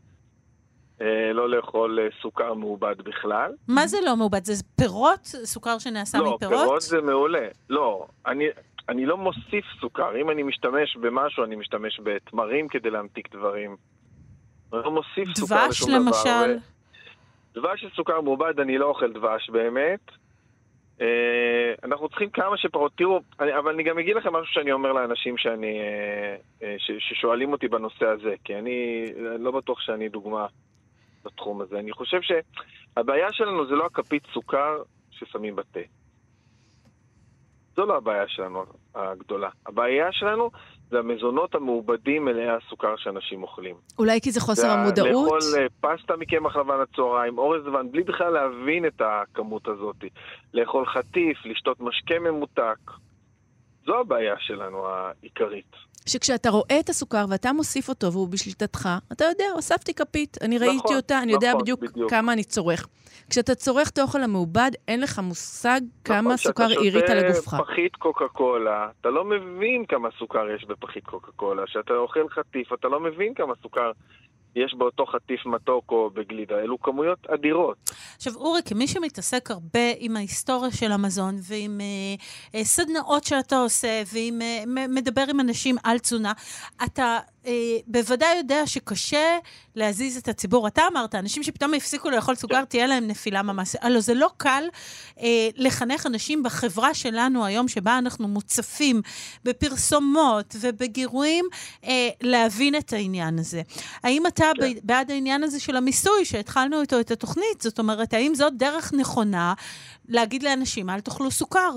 לא לאכול סוכר מעובד בכלל. מה זה לא מעובד? זה פירות? סוכר שנעשה מפירות? לא, פירות זה מעולה. לא, אני... אני לא מוסיף סוכר. אם אני משתמש במשהו, אני משתמש בתמרים כדי להמתיק דברים. אני לא מוסיף סוכר לשום דבר. דבש למשל? דבש של סוכר מעובד, אני לא אוכל דבש באמת. אנחנו צריכים כמה שפרות. תראו, אבל אני גם אגיד לכם משהו שאני אומר לאנשים שאני, ששואלים אותי בנושא הזה, כי אני לא בטוח שאני דוגמה בתחום הזה. אני חושב שהבעיה שלנו זה לא הכפית סוכר ששמים בתה. זו לא הבעיה שלנו הגדולה. הבעיה שלנו זה המזונות המעובדים מלאי הסוכר שאנשים אוכלים. אולי כי זה חוסר המודעות? לאכול פסטה מקמח לבן הצהריים, אורז לבן, בלי בכלל להבין את הכמות הזאת. לאכול חטיף, לשתות משקה ממותק. זו הבעיה שלנו העיקרית. שכשאתה רואה את הסוכר ואתה מוסיף אותו והוא בשליטתך, אתה יודע, הוספתי כפית, אני ראיתי נכון, אותה, אני נכון, יודע בדיוק, בדיוק כמה אני צורך. כשאתה צורך את האוכל המעובד, אין לך מושג כמה נכון, סוכר עירית על הגופך. כשאתה שותה פחית קוקה קולה, אתה לא מבין כמה סוכר יש בפחית קוקה קולה. כשאתה אוכל חטיף, אתה לא מבין כמה סוכר יש באותו חטיף מתוק או בגלידה. אלו כמויות אדירות. עכשיו, אורי, כמי שמתעסק הרבה עם ההיסטוריה של המזון, ועם אה, סדנאות שאתה עושה, ועם אה, מדבר עם אנשים על תזונה, אתה אה, בוודאי יודע שקשה להזיז את הציבור. אתה אמרת, אנשים שפתאום הפסיקו לאכול סוכר, תהיה להם נפילה ממש. אלא זה לא קל אה, לחנך אנשים בחברה שלנו היום, שבה אנחנו מוצפים בפרסומות ובגירויים, אה, להבין את העניין הזה. האם אתה כן. בעד העניין הזה של המיסוי, שהתחלנו איתו את התוכנית? זאת אומרת, האם זאת דרך נכונה להגיד לאנשים, אל תאכלו סוכר?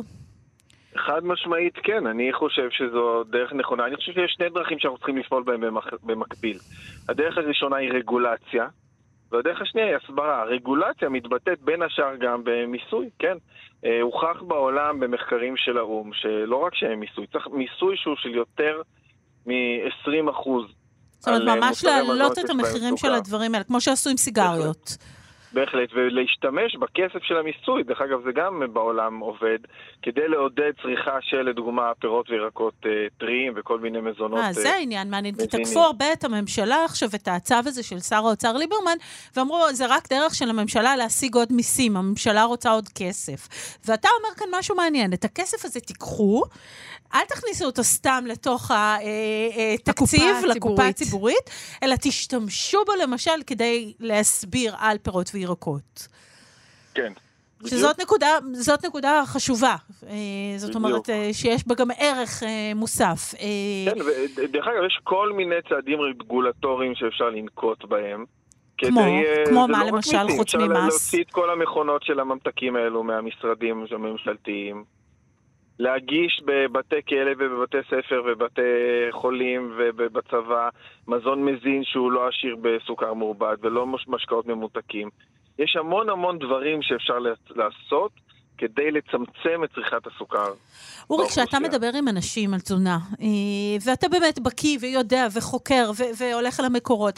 חד משמעית כן, אני חושב שזו דרך נכונה. אני חושב שיש שני דרכים שאנחנו צריכים לפעול בהם במקביל. הדרך הראשונה היא רגולציה, והדרך השנייה היא הסברה. הרגולציה מתבטאת בין השאר גם במיסוי, כן. הוכח בעולם במחקרים של האום, שלא רק שהם מיסוי, צריך מיסוי שהוא של יותר מ-עשרים אחוז. זאת אומרת, ממש להעלות את המחירים של הדברים האלה, כמו שעשו עם סיגריות. בהחלט, ולהשתמש בכסף של המיסוי, דרך אגב זה גם בעולם עובד, כדי לעודד צריכה של לדוגמה פירות וירקות אה, טריים וכל מיני מזונות. אה, זה העניין, מעניין, כי תקפו הרבה את הממשלה עכשיו את הצו הזה של שר האוצר ליברמן, ואמרו, זה רק דרך של הממשלה להשיג עוד מיסים, הממשלה רוצה עוד כסף. ואתה אומר כאן משהו מעניין, את הכסף הזה תיקחו, אל תכניסו אותו סתם לתוך התקציב, לקופה הציבורית, אלא תשתמשו בו למשל כדי להסביר על פירות וירקות. כן. שזאת נקודה, זאת נקודה חשובה. זאת אומרת שיש בה גם ערך מוסף. כן, ודרך אגב יש כל מיני צעדים רגולטוריים שאפשר לנקוט בהם. כמו, כמו מה למשל חוץ ממס? אפשר להוציא את כל המכונות של הממתקים האלו מהמשרדים הממשלתיים. להגיש בבתי כלא ובבתי ספר ובבתי חולים ובצבא מזון מזין שהוא לא עשיר בסוכר מעובד ולא משקאות ממותקים. יש המון המון דברים שאפשר לעשות כדי לצמצם את צריכת הסוכר. אורי, כשאתה מדבר עם אנשים על תזונה, ואתה באמת בקיא ויודע וחוקר והולך על המקורות,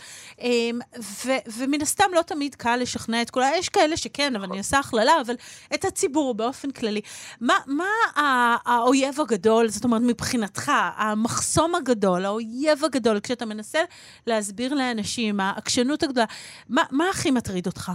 ומן הסתם לא תמיד קל לשכנע את כולה, יש כאלה שכן, אבל אני עושה הכללה, אבל את הציבור באופן כללי. מה האויב הגדול, זאת אומרת מבחינתך, המחסום הגדול, האויב הגדול, כשאתה מנסה להסביר לאנשים, העקשנות הגדולה, מה הכי מטריד אותך?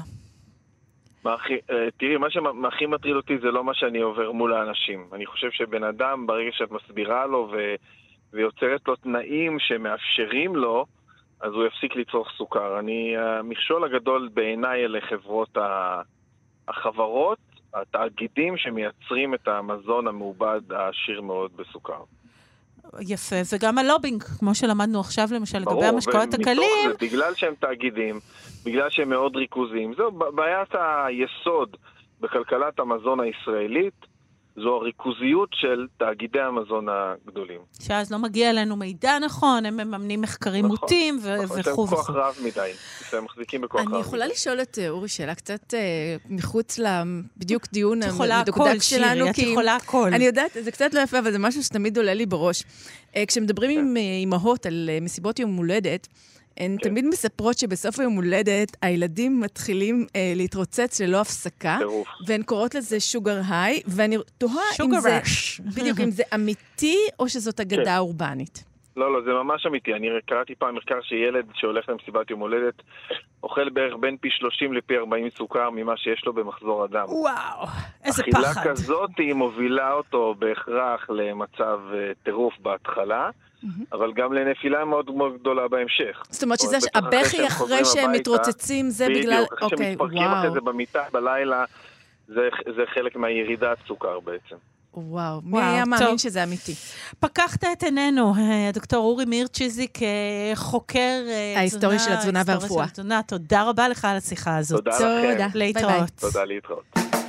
תראי, מה שהכי מטריד אותי זה לא מה שאני עובר מול האנשים. אני חושב שבן אדם, ברגע שאת מסבירה לו ו... ויוצרת לו תנאים שמאפשרים לו, אז הוא יפסיק לצרוך סוכר. אני, המכשול הגדול בעיניי אלה חברות ה... החברות, התאגידים שמייצרים את המזון המעובד העשיר מאוד בסוכר. יפה, וגם הלובינג, כמו שלמדנו עכשיו למשל, לגבי המשקאות הקלים. בגלל שהם תאגידים, בגלל שהם מאוד ריכוזיים. זו בעיית היסוד בכלכלת המזון הישראלית, זו הריכוזיות של תאגידי המזון הגדולים. שאז לא מגיע אלינו מידע נכון, הם מממנים מחקרים מוטים וכו' וכו'. הם כוח רב מדי, הם מחזיקים בכוח רב. אני יכולה לשאול את אורי שאלה קצת מחוץ לבדיוק דיון המדוקדק שלנו. את יכולה הכל. אני יודעת, זה קצת לא יפה, אבל זה משהו שתמיד עולה לי בראש. כשמדברים עם אמהות על מסיבות יום הולדת, הן כן. תמיד מספרות שבסוף היום הולדת, הילדים מתחילים אה, להתרוצץ ללא הפסקה, טירוף. והן קוראות לזה שוגר היי, ואני תוהה אם זה, בדיוק, אם זה אמיתי, או שזאת אגדה כן. אורבנית. לא, לא, זה ממש אמיתי. אני קראתי פעם מחקר שילד שהולך למסיבת יום הולדת, אוכל בערך בין פי שלושים לפי ארבעים סוכר ממה שיש לו במחזור הדם. וואו, איזה פחד. אכילה כזאת היא מובילה אותו בהכרח למצב טירוף בהתחלה, אבל גם לנפילה מאוד מאוד גדולה בהמשך. זאת אומרת שזה הבכי אחרי שהם מתרוצצים, זה בגלל... בדיוק, אחרי שמתפרקים אחרי זה במיטה בלילה, זה חלק מהירידת סוכר בעצם. וואו, מי היה מאמין שזה אמיתי? פקחת את עינינו, הדוקטור אורי מירצ'יזיק, חוקר ההיסטוריה של התזונה והרפואה. תודה רבה לך על השיחה הזאת. תודה לכם. להתראות. תודה, להתראות.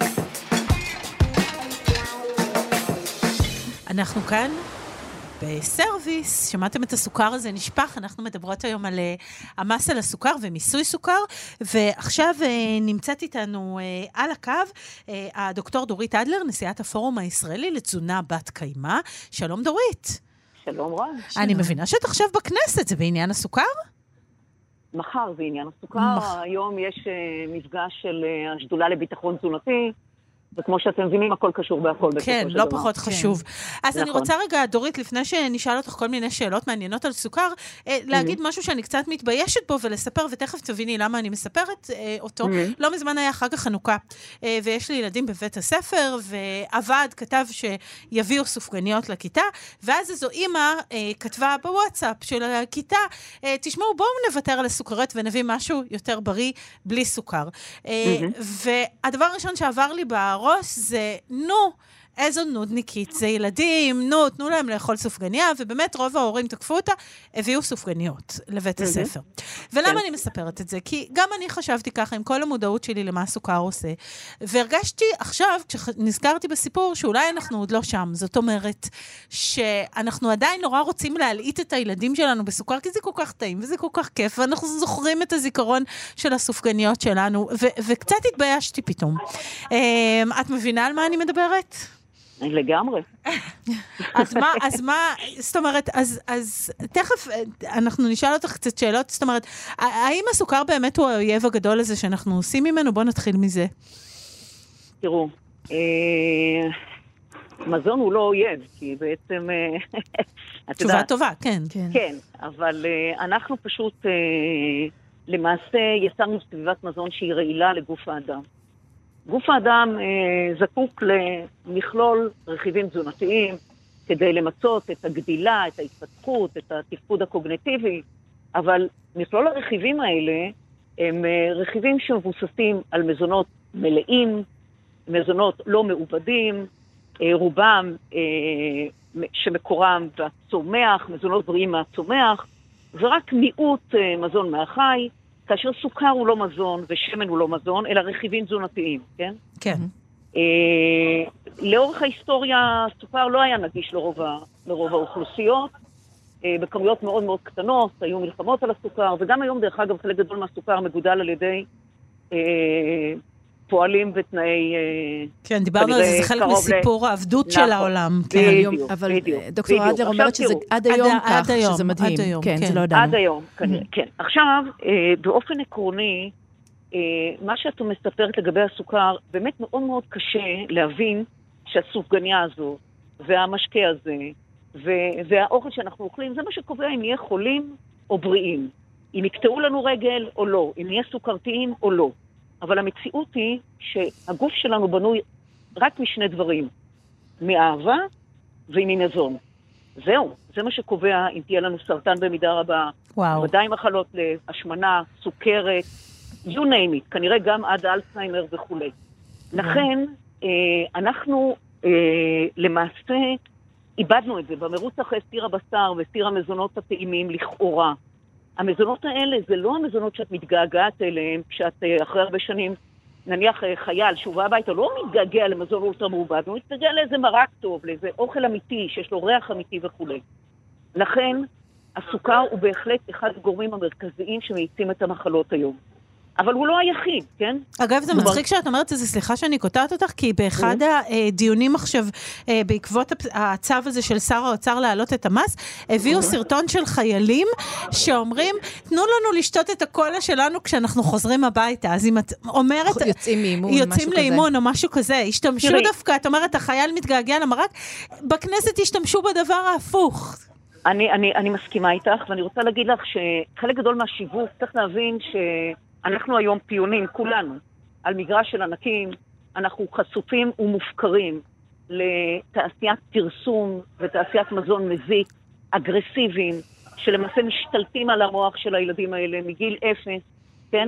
אנחנו כאן בסרוויס, שמעתם את הסוכר הזה נשפך, אנחנו מדברות היום על uh, המס על הסוכר ומיסוי סוכר, ועכשיו uh, נמצאת איתנו uh, על הקו uh, הדוקטור דורית אדלר, נשיאת הפורום הישראלי לתזונה בת קיימה. שלום דורית. שלום רב. אני מבינה שאת עכשיו בכנסת, זה בעניין הסוכר? מחר זה עניין הסוכר, מח... היום יש uh, מפגש של uh, השדולה לביטחון תזונתי, וכמו שאתם מבינים, הכל קשור בהכל. כן, לא פחות חשוב. אז אני רוצה רגע, דורית, לפני שנשאל אותך כל מיני שאלות מעניינות על סוכר, להגיד משהו שאני קצת מתביישת בו ולספר, ותכף תביני למה אני מספרת אותו. לא מזמן היה חג החנוכה, ויש לי ילדים בבית הספר, ועבד כתב שיביאו סופגניות לכיתה, ואז איזו אמא כתבה בוואטסאפ של הכיתה, תשמעו, בואו נוותר על הסוכריות ונביא משהו יותר בריא, בלי סוכר. והדבר הראשון שעבר לי בראש זה, נו, איזו נודניקית, זה ילדים, נו, תנו להם לאכול סופגניה, ובאמת רוב ההורים תקפו אותה, הביאו סופגניות לבית הספר. ולמה אני מספרת את זה? כי גם אני חשבתי ככה, עם כל המודעות שלי למה הסוכר עושה, והרגשתי עכשיו, כשנזכרתי בסיפור, שאולי אנחנו עוד לא שם. זאת אומרת, שאנחנו עדיין נורא רוצים להלעיט את הילדים שלנו בסוכר, כי זה כל כך טעים, וזה כל כך כיף, ואנחנו זוכרים את הזיכרון של הסופגניות שלנו, ו- וקצת התביישתי פתאום. את מבינה על מה אני מדברת? לגמרי. אז מה, אז מה, זאת אומרת, אז, אז תכף אנחנו נשאל אותך קצת שאלות, זאת אומרת, האם הסוכר באמת הוא האויב הגדול הזה שאנחנו עושים ממנו? בואו נתחיל מזה. תראו, מזון הוא לא אויב, כי בעצם... תשובה טובה, כן. כן, אבל אנחנו פשוט למעשה יצרנו סביבת מזון שהיא רעילה לגוף האדם. גוף האדם אה, זקוק למכלול רכיבים תזונתיים כדי למצות את הגדילה, את ההתפתחות, את התפקוד הקוגניטיבי, אבל מכלול הרכיבים האלה הם אה, רכיבים שמבוססים על מזונות מלאים, מזונות לא מעובדים, אה, רובם אה, שמקורם בצומח, מזונות בריאים מהצומח, ורק מיעוט אה, מזון מהחי, כאשר סוכר הוא לא מזון ושמן הוא לא מזון, אלא רכיבים תזונתיים, כן? כן. אה, לאורך ההיסטוריה, סוכר לא היה נגיש לרוב, לרוב האוכלוסיות, אה, בכמויות מאוד מאוד קטנות, היו מלחמות על הסוכר, וגם היום, דרך אגב, חלק גדול מהסוכר מגודל על ידי אה, פועלים ותנאי... אה, כן, דיברנו על זה, זה חלק מסיפור העבדות ל... של נכון, העולם. כן. בדיוק, אבל בדיוק, דוקטור בדיוק. אדלר אומרת שזה עד היום עד, כך, עד היום, שזה מדהים. עד היום, כן, כן. זה לא ידענו. עד היום, כנראה, כן. עכשיו, אה, באופן עקרוני, אה, מה שאת מספרת לגבי הסוכר, באמת מאוד מאוד קשה להבין שהסופגניה הזו, והמשקה הזה, ו- והאוכל שאנחנו אוכלים, זה מה שקובע אם נהיה חולים או בריאים. אם יקטעו לנו רגל או לא, אם נהיה סוכרתיים או לא. אבל המציאות היא שהגוף שלנו בנוי רק משני דברים, מאהבה וממזון. זהו, זה מה שקובע אם תהיה לנו סרטן במידה רבה, וואו. ודאי מחלות להשמנה, סוכרת, you name it, כנראה גם עד אלצהיימר וכו'. לכן, אה, אנחנו אה, למעשה איבדנו את זה, במרוץ אחרי סיר הבשר וסיר המזונות הטעימים לכאורה. המזונות האלה זה לא המזונות שאת מתגעגעת אליהם, כשאת אחרי הרבה שנים, נניח חייל שהובא הביתה, לא מתגעגע למזון אולטרה מעובד, הוא מתגעגע לאיזה מרק טוב, לאיזה אוכל אמיתי, שיש לו ריח אמיתי וכו'. לכן, הסוכר הוא בהחלט אחד הגורמים המרכזיים שמאיצים את המחלות היום. אבל הוא לא היחיד, כן? אגב, זה מצחיק שאת אומרת, זה סליחה שאני קוטעת אותך, כי באחד הדיונים עכשיו, בעקבות הצו הזה של שר האוצר להעלות את המס, הביאו סרטון של חיילים שאומרים, תנו לנו לשתות את הקולה שלנו כשאנחנו חוזרים הביתה. אז אם את אומרת... יוצאים מאימון, יוצאים לאימון או משהו כזה. השתמשו דווקא, את אומרת, החייל מתגעגע למרק, בכנסת השתמשו בדבר ההפוך. אני, אני, אני מסכימה איתך, ואני רוצה להגיד לך שחלק גדול מהשיווק, צריך להבין ש... אנחנו היום פיונים, כולנו, על מגרש של ענקים, אנחנו חשופים ומופקרים לתעשיית פרסום ותעשיית מזון מזיק, אגרסיביים, שלמעשה משתלטים על המוח של הילדים האלה מגיל אפס, כן?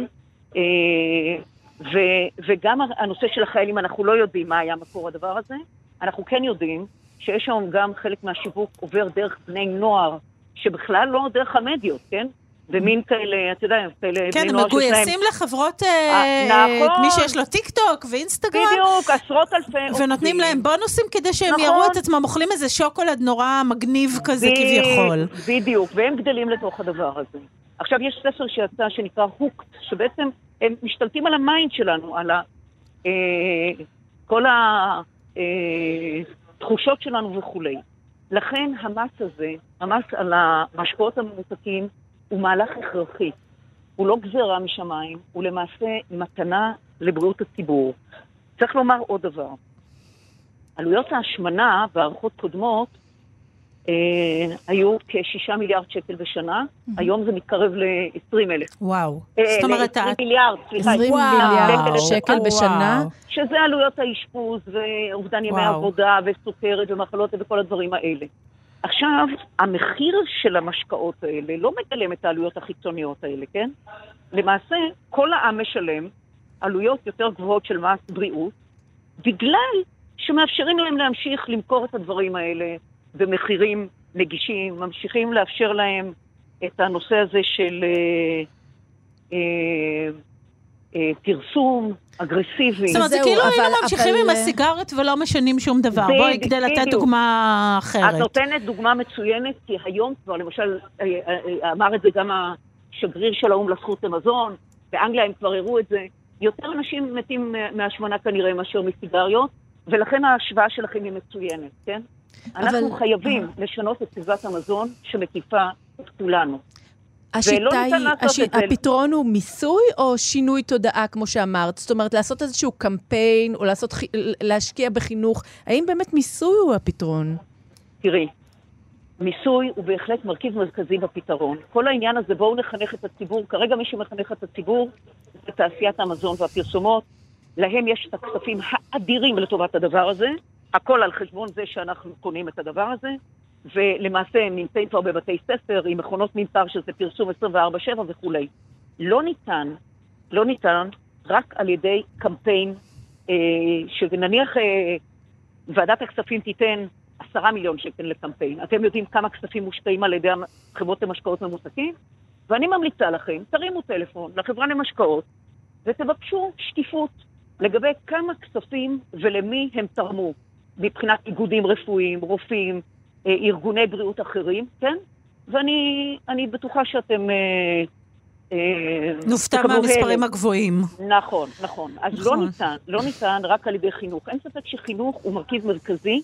ו- וגם הנושא של החיילים, אנחנו לא יודעים מה היה מקור הדבר הזה, אנחנו כן יודעים שיש היום גם חלק מהשיווק עובר דרך בני נוער, שבכלל לא דרך המדיות, כן? במין כאלה, אתה יודע, כאלה כן, בני נוער שלהם. כן, הם מגויסים לחברות, נכון. מי שיש לו טיק טוק ואינסטגרם. בדיוק, עשרות אלפי עובדים. ונותנים להם בונוסים כדי שהם נכון. יראו את עצמם, אוכלים איזה שוקולד נורא מגניב כזה ב- כביכול. בדיוק, והם גדלים לתוך הדבר הזה. עכשיו יש ספר שיצא שנקרא הוקט, שבעצם הם משתלטים על המיינד שלנו, על ה, אה, כל התחושות שלנו וכו'. לכן המס הזה, המס על המשקאות הממותקים, הוא מהלך הכרחי. הוא לא גזרה משמיים, הוא למעשה מתנה לבריאות הציבור. צריך לומר עוד דבר. עלויות ההשמנה בהערכות קודמות אה, היו כשישה מיליארד שקל בשנה, mm-hmm. היום זה מתקרב ל-עשרים אלף. וואו. אה, זאת אומרת, ל-עשרים מיליארד, סליחה. עשרים מיליארד שקל בשנה. וואו. שזה עלויות האשפוז ואובדן ימי וואו. עבודה וסוכרת ומחלות וכל הדברים האלה. עכשיו, המחיר של המשקאות האלה לא מגלם את העלויות החיצוניות האלה, כן? למעשה, כל העם משלם עלויות יותר גבוהות של מס בריאות, בגלל שמאפשרים להם להמשיך למכור את הדברים האלה במחירים נגישים, ממשיכים לאפשר להם את הנושא הזה של אה, אה, אה, פרסום אגרסיבי. זאת אומרת, זה כאילו היינו ממשיכים עם הסיגרת ולא משנים שום דבר. בואי כדי לתת דוגמה אחרת. את נותנת דוגמה מצוינת, כי היום כבר, למשל, אמר את זה גם השגריר של האום לזכות למזון, באנגליה הם כבר הראו את זה, יותר אנשים מתים מהשמנה כנראה מאשר מסיגריות, ולכן ההשוואה שלכם היא מצוינת, כן? אנחנו חייבים לשנות את סביבת המזון שמקיפה את כולנו. השיטה היא, הש... הפתרון הוא מיסוי או שינוי תודעה, כמו שאמרת? זאת אומרת, לעשות איזשהו קמפיין או לעשות, להשקיע בחינוך. האם באמת מיסוי הוא הפתרון? תראי, מיסוי הוא בהחלט מרכיב מרכזי בפתרון. כל העניין הזה, בואו נחנך את הציבור. כרגע מי שמחנך את הציבור זה תעשיית המזון והפרסומות. להם יש את הכספים האדירים לטובת הדבר הזה. הכל על חשבון זה שאנחנו קונים את הדבר הזה. ולמעשה הם נמצאים כבר בבתי ספר עם מכונות ממטר שזה פרסום עשרים וארבע שבע וכו'. לא ניתן, לא ניתן רק על ידי קמפיין, אה, שנניח אה, ועדת הכספים תיתן עשרה מיליון שקל לקמפיין. אתם יודעים כמה כספים מושקעים על ידי חברות למשקאות ממותקים? ואני ממליצה לכם, תרימו טלפון לחברה למשקאות ותבקשו שקיפות לגבי כמה כספים ולמי הם תרמו מבחינת איגודים רפואיים, רופאים, ארגוני בריאות אחרים, כן? ואני אני בטוחה שאתם אה, אה, נופתע מהמספרים הגבוהים. נכון, נכון. אז נכון. לא ניתן, לא ניתן רק על ידי חינוך. אין ספק שחינוך הוא מרכיב מרכזי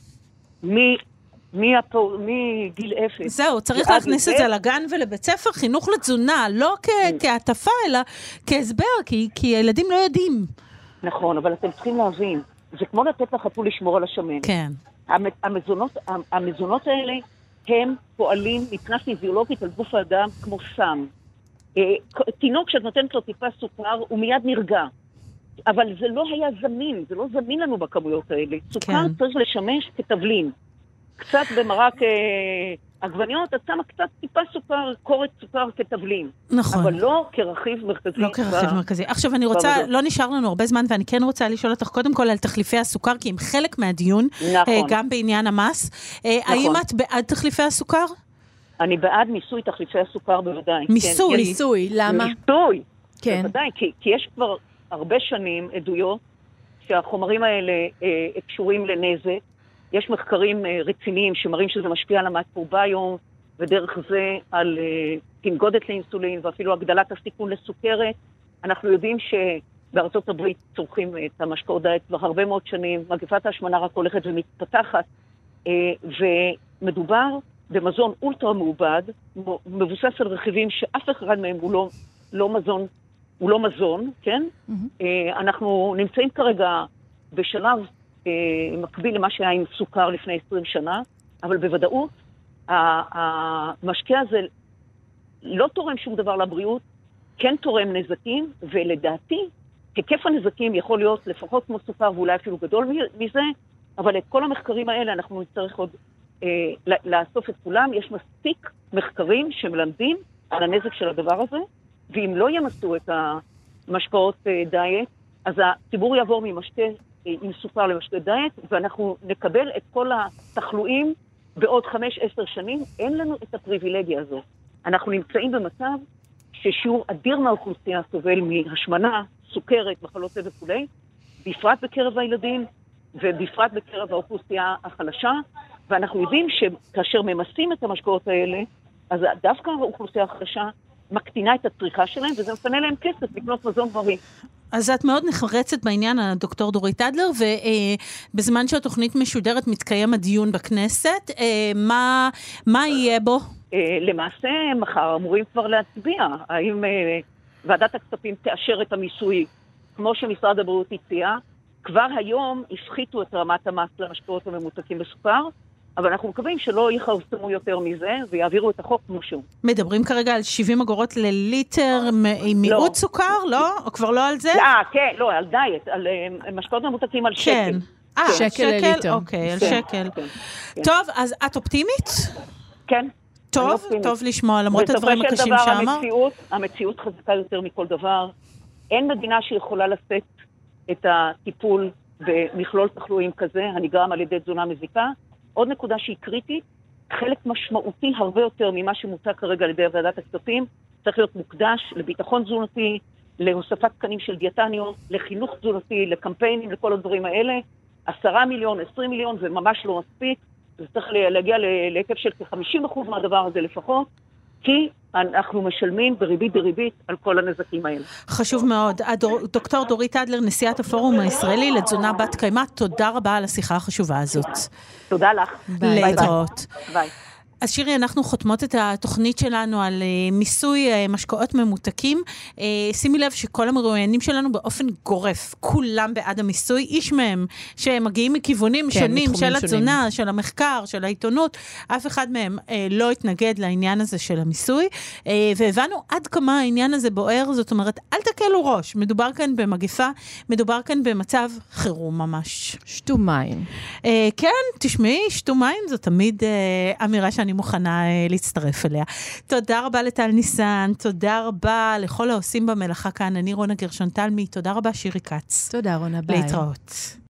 מגיל אפס. זהו, צריך להכניס את זה לגן ולבית ספר, חינוך לתזונה, לא כהטפה, אלא כהסבר, כי הילדים לא יודעים. נכון, אבל אתם צריכים להבין, זה כמו לתת לחתול לשמור על השמן. כן. המזונות, המזונות האלה הם פועלים מבחינה פיזיולוגית על גוף האדם כמו סם. תינוק שאת נותנת לו טיפה סוכר הוא מיד נרגע, אבל זה לא היה זמין, זה לא זמין לנו בכמויות האלה. סוכר צריך לשמש כתבלין. קצת במרק עגבניות, את שמה קצת טיפה סוכר, קורת סוכר כתבלין. נכון. אבל לא כרכיב מרכזי. לא כרכיב מרכזי. עכשיו אני רוצה, לא נשאר לנו הרבה זמן, ואני כן רוצה לשאול אותך קודם כל על תחליפי הסוכר, כי הם חלק מהדיון, נכון. גם בעניין המס. נכון. האם את בעד תחליפי הסוכר? אני בעד מיסוי תחליפי הסוכר בוודאי. מיסוי? כן. מיסוי, למה? מיסוי, כן. בוודאי, כי, כי יש כבר הרבה שנים עדויות שהחומרים האלה אה, קשורים לנזק. יש מחקרים אה, רציניים שמראים שזה משפיע על המיקרוביום, ודרך זה על אה, תנגודת לאינסולין, ואפילו הגדלת הסיכון לסוכרת. אנחנו יודעים שבארצות הברית צורכים את המשקאות דיאט כבר הרבה מאוד שנים, מגפת ההשמנה רק הולכת ומתפתחת, אה, ומדובר במזון אולטרה מעובד, מבוסס על רכיבים שאף אחד מהם הוא לא, לא מזון, הוא לא מזון, כן? Mm-hmm. אנחנו נמצאים כרגע בשלב אה, מקביל למה שהיה עם סוכר לפני עשרים שנה, אבל בוודאות המשקה הזה לא תורם שום דבר לבריאות, כן תורם נזקים, ולדעתי היקף הנזקים יכול להיות לפחות כמו סוכר ואולי אפילו גדול מזה, אבל את כל המחקרים האלה אנחנו נצטרך עוד אה, לאסוף את כולם. יש מספיק מחקרים שמלמדים על הנזק של הדבר הזה, ואם לא ימסו את המשקאות אה, דיאט, אז הציבור יעבור ממשקה אה, עם סוכר למשקה דיאט, ואנחנו נקבל את כל התחלואים בעוד חמש עשר שנים. אין לנו את הפריבילגיה הזו. אנחנו נמצאים במצב ששיעור אדיר מהאוכלוסייה סובל מהשמנה, סוכרת, מחלות לב וכו', בפרט בקרב הילדים ובפרט בקרב האוכלוסייה החלשה, ואנחנו יודעים שכאשר ממסים את המשקאות האלה, אז דווקא האוכלוסייה החלשה מקטינה את הצריכה שלהם, וזה מפנה להם כסף לקנות מזון בריא. אז את מאוד נחרצת בעניין, הדוקטור דורית אדלר, ובזמן שהתוכנית משודרת מתקיים הדיון בכנסת, מה, מה יהיה בו? למעשה, מחר אמורים כבר להצביע. האם ועדת הכספים תאשר את המיסוי, כמו שמשרד הבריאות הציע, כבר היום הפחיתו את רמת המס למשקאות הממותקים בסוכר, אבל אנחנו מקווים שלא יחרסמו יותר מזה, ויעבירו את החוק כמו שהוא. מדברים כרגע על שבעים אגורות לליטר עם מיעוט סוכר, לא? או כבר לא על זה? אה, כן, לא, על דיאט, על משקאות ממותקים על שקל. כן. אה, שקל לליטר. אוקיי, על שקל. טוב, אז את אופטימית? כן. טוב, טוב לשמוע, למרות הדברים הקשים שאמר. המציאות, המציאות חזקה יותר מכל דבר. אין מדינה שיכולה לשאת את הטיפול במכלול תחלואים כזה, הנגרם על ידי תזונה מזיקה. עוד נקודה שהיא קריטית, חלק משמעותי הרבה יותר ממה שמוצע כרגע על ידי ועדת הכספים, צריך להיות מוקדש לביטחון תזונתי, להוספת תקנים של דיאטניות, לחינוך תזונתי, לקמפיינים, לכל הדברים האלה. עשרה מיליון, עשרים מיליון, זה ממש לא מספיק. זה צריך להגיע להיקף של כ-חמישים אחוז מהדבר הזה לפחות, כי אנחנו משלמים בריבית דריבית על כל הנזקים האלה. חשוב מאוד. דוקטור דורית אדלר, נשיאת הפורום הישראלי לתזונה בת קיימא, תודה רבה על השיחה החשובה הזאת. תודה לך. להתראות. ביי. אז שירי, אנחנו חותמות את התוכנית שלנו על uh, מיסוי uh, משקאות ממותקים. Uh, שימי לב שכל המרואיינים שלנו באופן גורף, כולם בעד המיסוי, איש מהם שמגיעים מכיוונים כן, שונים של התזונה, שונים. של המחקר, של העיתונות, אף אחד מהם uh, לא התנגד לעניין הזה של המיסוי, uh, והבנו עד כמה העניין הזה בוער, זאת אומרת, אל תקלו ראש, מדובר כאן במגפה, מדובר כאן במצב חירום ממש. שתו מים. Uh, כן, תשמעי, שתו מים, זו תמיד uh, אמירה שאני אני מוכנה להצטרף אליה. תודה רבה לטל ניסן, תודה רבה לכל העושים במלאכה כאן, אני רונה גרשון תלמי, תודה רבה שירי כץ. תודה רונה, ביי. להתראות.